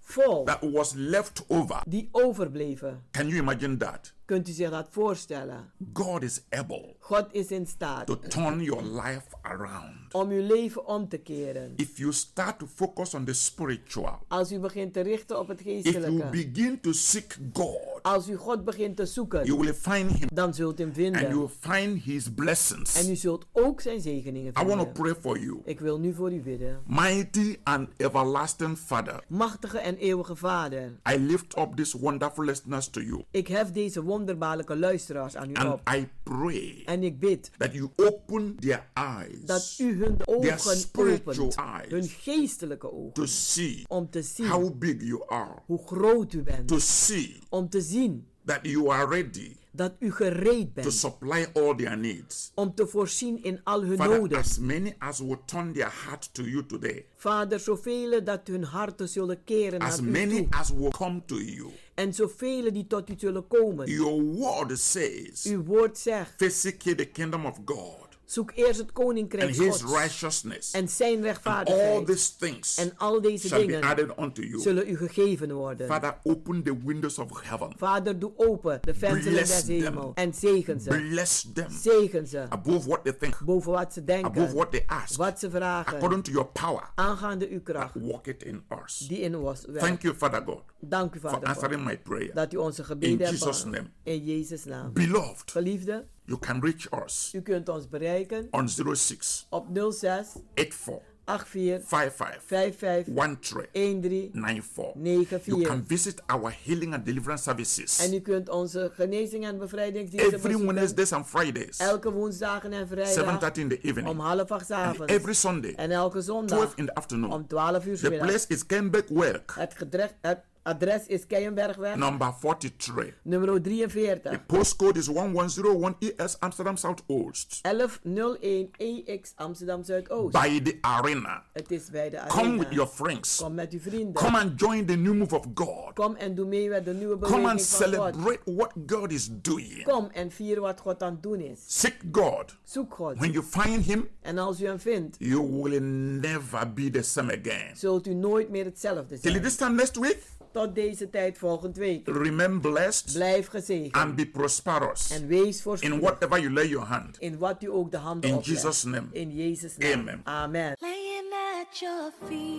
[SPEAKER 12] vol.
[SPEAKER 11] That was left over.
[SPEAKER 12] Die overbleven.
[SPEAKER 11] Can you imagine that?
[SPEAKER 12] Kunt u zich dat voorstellen?
[SPEAKER 11] God is able
[SPEAKER 12] God is in staat
[SPEAKER 11] to turn your life around.
[SPEAKER 12] om uw leven om te keren.
[SPEAKER 11] If you start to focus on the spiritual,
[SPEAKER 12] Als u begint te richten op het
[SPEAKER 11] if you
[SPEAKER 12] geestelijke,
[SPEAKER 11] begin to seek God,
[SPEAKER 12] als u God begint te zoeken,
[SPEAKER 11] you will find him,
[SPEAKER 12] dan zult u hem
[SPEAKER 11] and you
[SPEAKER 12] vinden.
[SPEAKER 11] will find his blessings.
[SPEAKER 12] En u zult ook zijn zegeningen
[SPEAKER 11] I want to
[SPEAKER 12] vinden.
[SPEAKER 11] pray for you.
[SPEAKER 12] Ik wil nu voor u bidden.
[SPEAKER 11] Mighty and everlasting Father,
[SPEAKER 12] Machtige en eeuwige Vader,
[SPEAKER 11] I lift up this wonderful listeners to you.
[SPEAKER 12] ik hef deze wonderbaarlijke luisteraars aan u
[SPEAKER 11] And
[SPEAKER 12] op.
[SPEAKER 11] I pray
[SPEAKER 12] En ik bid
[SPEAKER 11] that you open their eyes,
[SPEAKER 12] dat u hun
[SPEAKER 11] their
[SPEAKER 12] ogen
[SPEAKER 11] spiritual
[SPEAKER 12] opent,
[SPEAKER 11] eyes,
[SPEAKER 12] hun geestelijke ogen,
[SPEAKER 11] to see
[SPEAKER 12] om te zien
[SPEAKER 11] how big you are,
[SPEAKER 12] hoe groot u bent,
[SPEAKER 11] to see
[SPEAKER 12] om te zien
[SPEAKER 11] that you are ready
[SPEAKER 12] dat u gereed
[SPEAKER 11] to
[SPEAKER 12] bent
[SPEAKER 11] supply all their needs.
[SPEAKER 12] om te voorzien in al hun
[SPEAKER 11] Father,
[SPEAKER 12] noden.
[SPEAKER 11] as many as will turn their heart to you today,
[SPEAKER 12] Vader, zoveel dat hun harten zullen keren
[SPEAKER 11] as
[SPEAKER 12] naar u
[SPEAKER 11] many
[SPEAKER 12] toe.
[SPEAKER 11] as will come to you,
[SPEAKER 12] En zoveel die tot u zullen komen.
[SPEAKER 11] your word says,
[SPEAKER 12] Uw woord zegt,
[SPEAKER 11] first seek ye the kingdom of God
[SPEAKER 12] zoek eerst het
[SPEAKER 11] and
[SPEAKER 12] koninkrijk
[SPEAKER 11] his
[SPEAKER 12] Gods
[SPEAKER 11] righteousness,
[SPEAKER 12] en zijn
[SPEAKER 11] and all
[SPEAKER 12] rechtvaardigheid.
[SPEAKER 11] these things
[SPEAKER 12] En al deze
[SPEAKER 11] shall be
[SPEAKER 12] dingen
[SPEAKER 11] added unto you.
[SPEAKER 12] zullen u gegeven worden.
[SPEAKER 11] Father, open the windows of heaven.
[SPEAKER 12] Vader, doe open de vensters
[SPEAKER 11] Bless
[SPEAKER 12] des
[SPEAKER 11] them.
[SPEAKER 12] hemels en zegen ze.
[SPEAKER 11] Bless them
[SPEAKER 12] Zegen ze
[SPEAKER 11] above what they think,
[SPEAKER 12] boven wat ze denken,
[SPEAKER 11] above what they ask,
[SPEAKER 12] wat ze vragen,
[SPEAKER 11] according to your power,
[SPEAKER 12] aangaande uw kracht
[SPEAKER 11] walk it in us.
[SPEAKER 12] die in ons werkt.
[SPEAKER 11] Thank you, Father God,
[SPEAKER 12] Dank u,
[SPEAKER 11] for
[SPEAKER 12] Vader
[SPEAKER 11] answering
[SPEAKER 12] God,
[SPEAKER 11] my prayer.
[SPEAKER 12] dat u onze
[SPEAKER 11] In
[SPEAKER 12] gebeden hebt
[SPEAKER 11] Jesus'
[SPEAKER 12] beantwoord.
[SPEAKER 11] name.
[SPEAKER 12] In Jezus' naam.
[SPEAKER 11] Beloved,
[SPEAKER 12] Geliefde,
[SPEAKER 11] you can reach us
[SPEAKER 12] u kunt ons bereiken
[SPEAKER 11] on zero six
[SPEAKER 12] op nul zes
[SPEAKER 11] eight four
[SPEAKER 12] acht vier
[SPEAKER 11] five five
[SPEAKER 12] vijf vijf
[SPEAKER 11] one three
[SPEAKER 12] een drie
[SPEAKER 11] nine four.
[SPEAKER 12] negen
[SPEAKER 11] You can
[SPEAKER 12] vier.
[SPEAKER 11] visit our healing and deliverance services
[SPEAKER 12] En u kunt onze genezing en bevrijdingsdiensten
[SPEAKER 11] every
[SPEAKER 12] bezoeken.
[SPEAKER 11] Wednesdays and Fridays,
[SPEAKER 12] Elke woensdagen en
[SPEAKER 11] seven
[SPEAKER 12] vrijdag
[SPEAKER 11] thirty in the evening,
[SPEAKER 12] om half acht 's
[SPEAKER 11] and
[SPEAKER 12] avonds.
[SPEAKER 11] every Sunday,
[SPEAKER 12] En elke
[SPEAKER 11] twelve
[SPEAKER 12] zondag
[SPEAKER 11] in the afternoon.
[SPEAKER 12] om twaalf uur 's
[SPEAKER 11] The
[SPEAKER 12] middags.
[SPEAKER 11] place is Kenbeck Work,
[SPEAKER 12] Het, gedrecht, het adres is Keienbergweg,
[SPEAKER 11] number forty-three.
[SPEAKER 12] nummer drieënveertig.
[SPEAKER 11] Postcode is one one zero one E S Amsterdam Southoost.
[SPEAKER 12] elf nul één E X Amsterdam Zuidoost.
[SPEAKER 11] By the arena.
[SPEAKER 12] Het is bij de
[SPEAKER 11] Come
[SPEAKER 12] arena.
[SPEAKER 11] with your friends.
[SPEAKER 12] Kom met uw vrienden.
[SPEAKER 11] Come and join the new move of God.
[SPEAKER 12] Kom en doe mee met de nieuwe
[SPEAKER 11] Come
[SPEAKER 12] beweging
[SPEAKER 11] and
[SPEAKER 12] van God.
[SPEAKER 11] celebrate what God is doing.
[SPEAKER 12] Kom en vier wat God aan het doen is.
[SPEAKER 11] Seek God.
[SPEAKER 12] Zoek God.
[SPEAKER 11] When you find Him,
[SPEAKER 12] En als u hem vindt,
[SPEAKER 11] you will never be the same again.
[SPEAKER 12] zult u nooit meer hetzelfde
[SPEAKER 11] Till
[SPEAKER 12] zijn.
[SPEAKER 11] this time next week,
[SPEAKER 12] Tot deze tijd volgende week.
[SPEAKER 11] remain blessed
[SPEAKER 12] Blijf gezegend.
[SPEAKER 11] and be prosperous
[SPEAKER 12] En wees
[SPEAKER 11] in
[SPEAKER 12] voorspoedig.
[SPEAKER 11] whatever you lay your hand.
[SPEAKER 12] In wat u ook de handen
[SPEAKER 11] In
[SPEAKER 12] oplegt.
[SPEAKER 11] Jesus' name.
[SPEAKER 12] In Jezus' naam.
[SPEAKER 11] Amen.
[SPEAKER 12] Amen.
[SPEAKER 13] Laying at your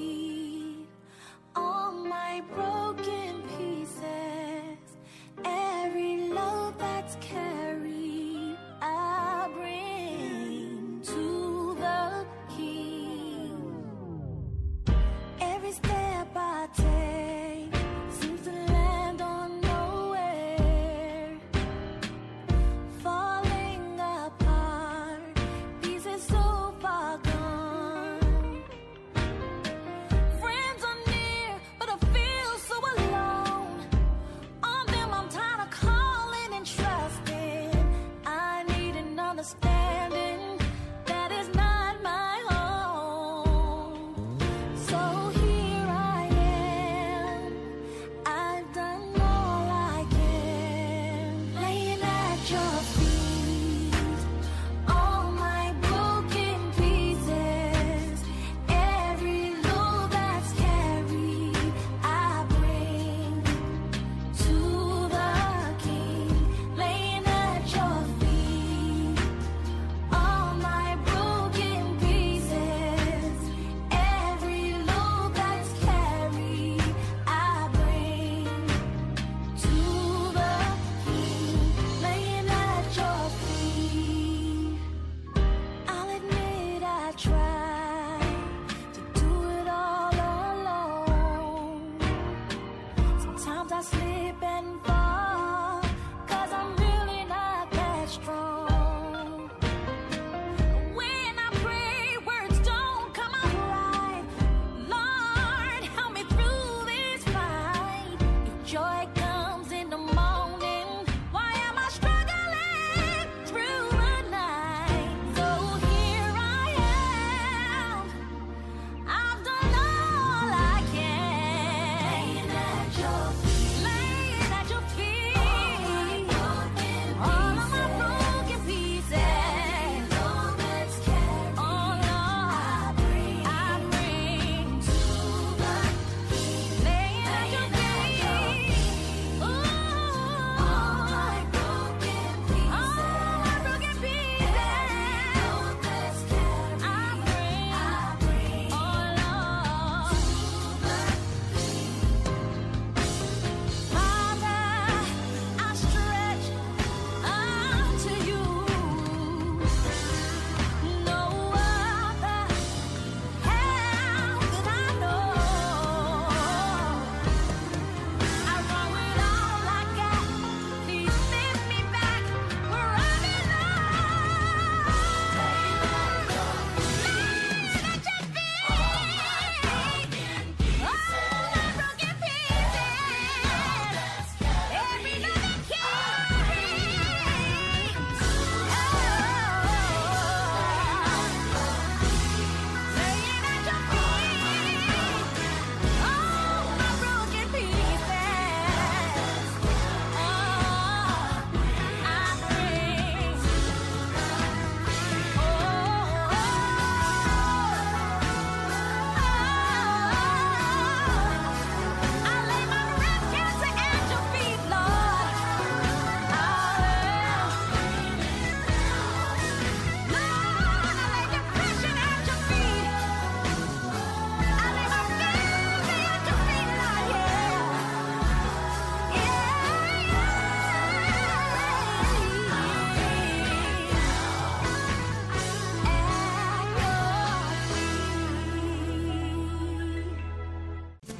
[SPEAKER 13] feet, all my broken pieces, every load that's carried, I bring to the King. Every step I take seems to land on nowhere, falling apart, pieces so far gone. Friends are near, but I feel so alone.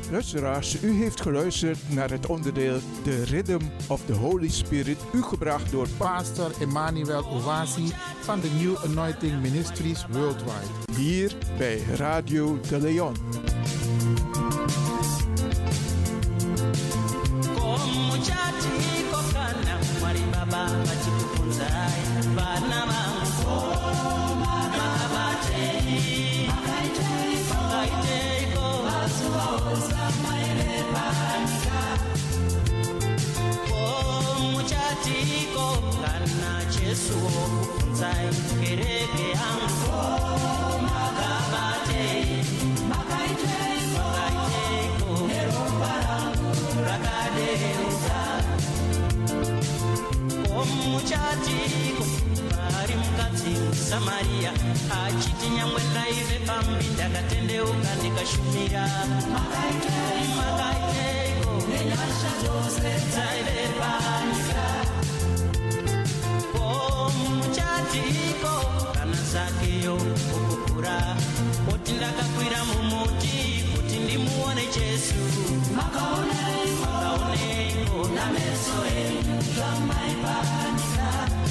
[SPEAKER 9] Luisteraars, u heeft geluisterd naar het onderdeel The Rhythm of the Holy Spirit, u gebracht door
[SPEAKER 2] Pastor Emmanuel Owasi van de New Anointing Ministries Worldwide.
[SPEAKER 9] Hier bij Radio De Leon.
[SPEAKER 14] Samaria achiti nyamwe ndaive pambi ndakatendeuka ndikashumira makaiteiko nenyasha dzose dzaive panyika ko muchatiko kana zakeyo kukukura oti ndakakwira mumuti kuti ndimuone Jesu makaoneiko nameso enyu zvamaipanyika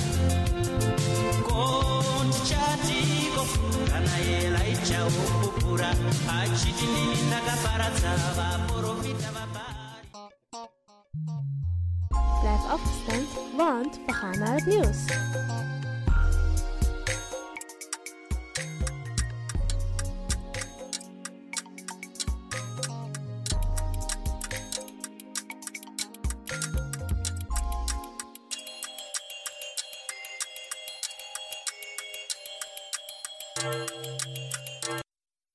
[SPEAKER 14] chatiko kana Elijah ukukura achiti ndini ndakaparadza vaprofita vabari.
[SPEAKER 15] Blijf afgestemd, want we gaan naar het nieuws.
[SPEAKER 14] Thank you.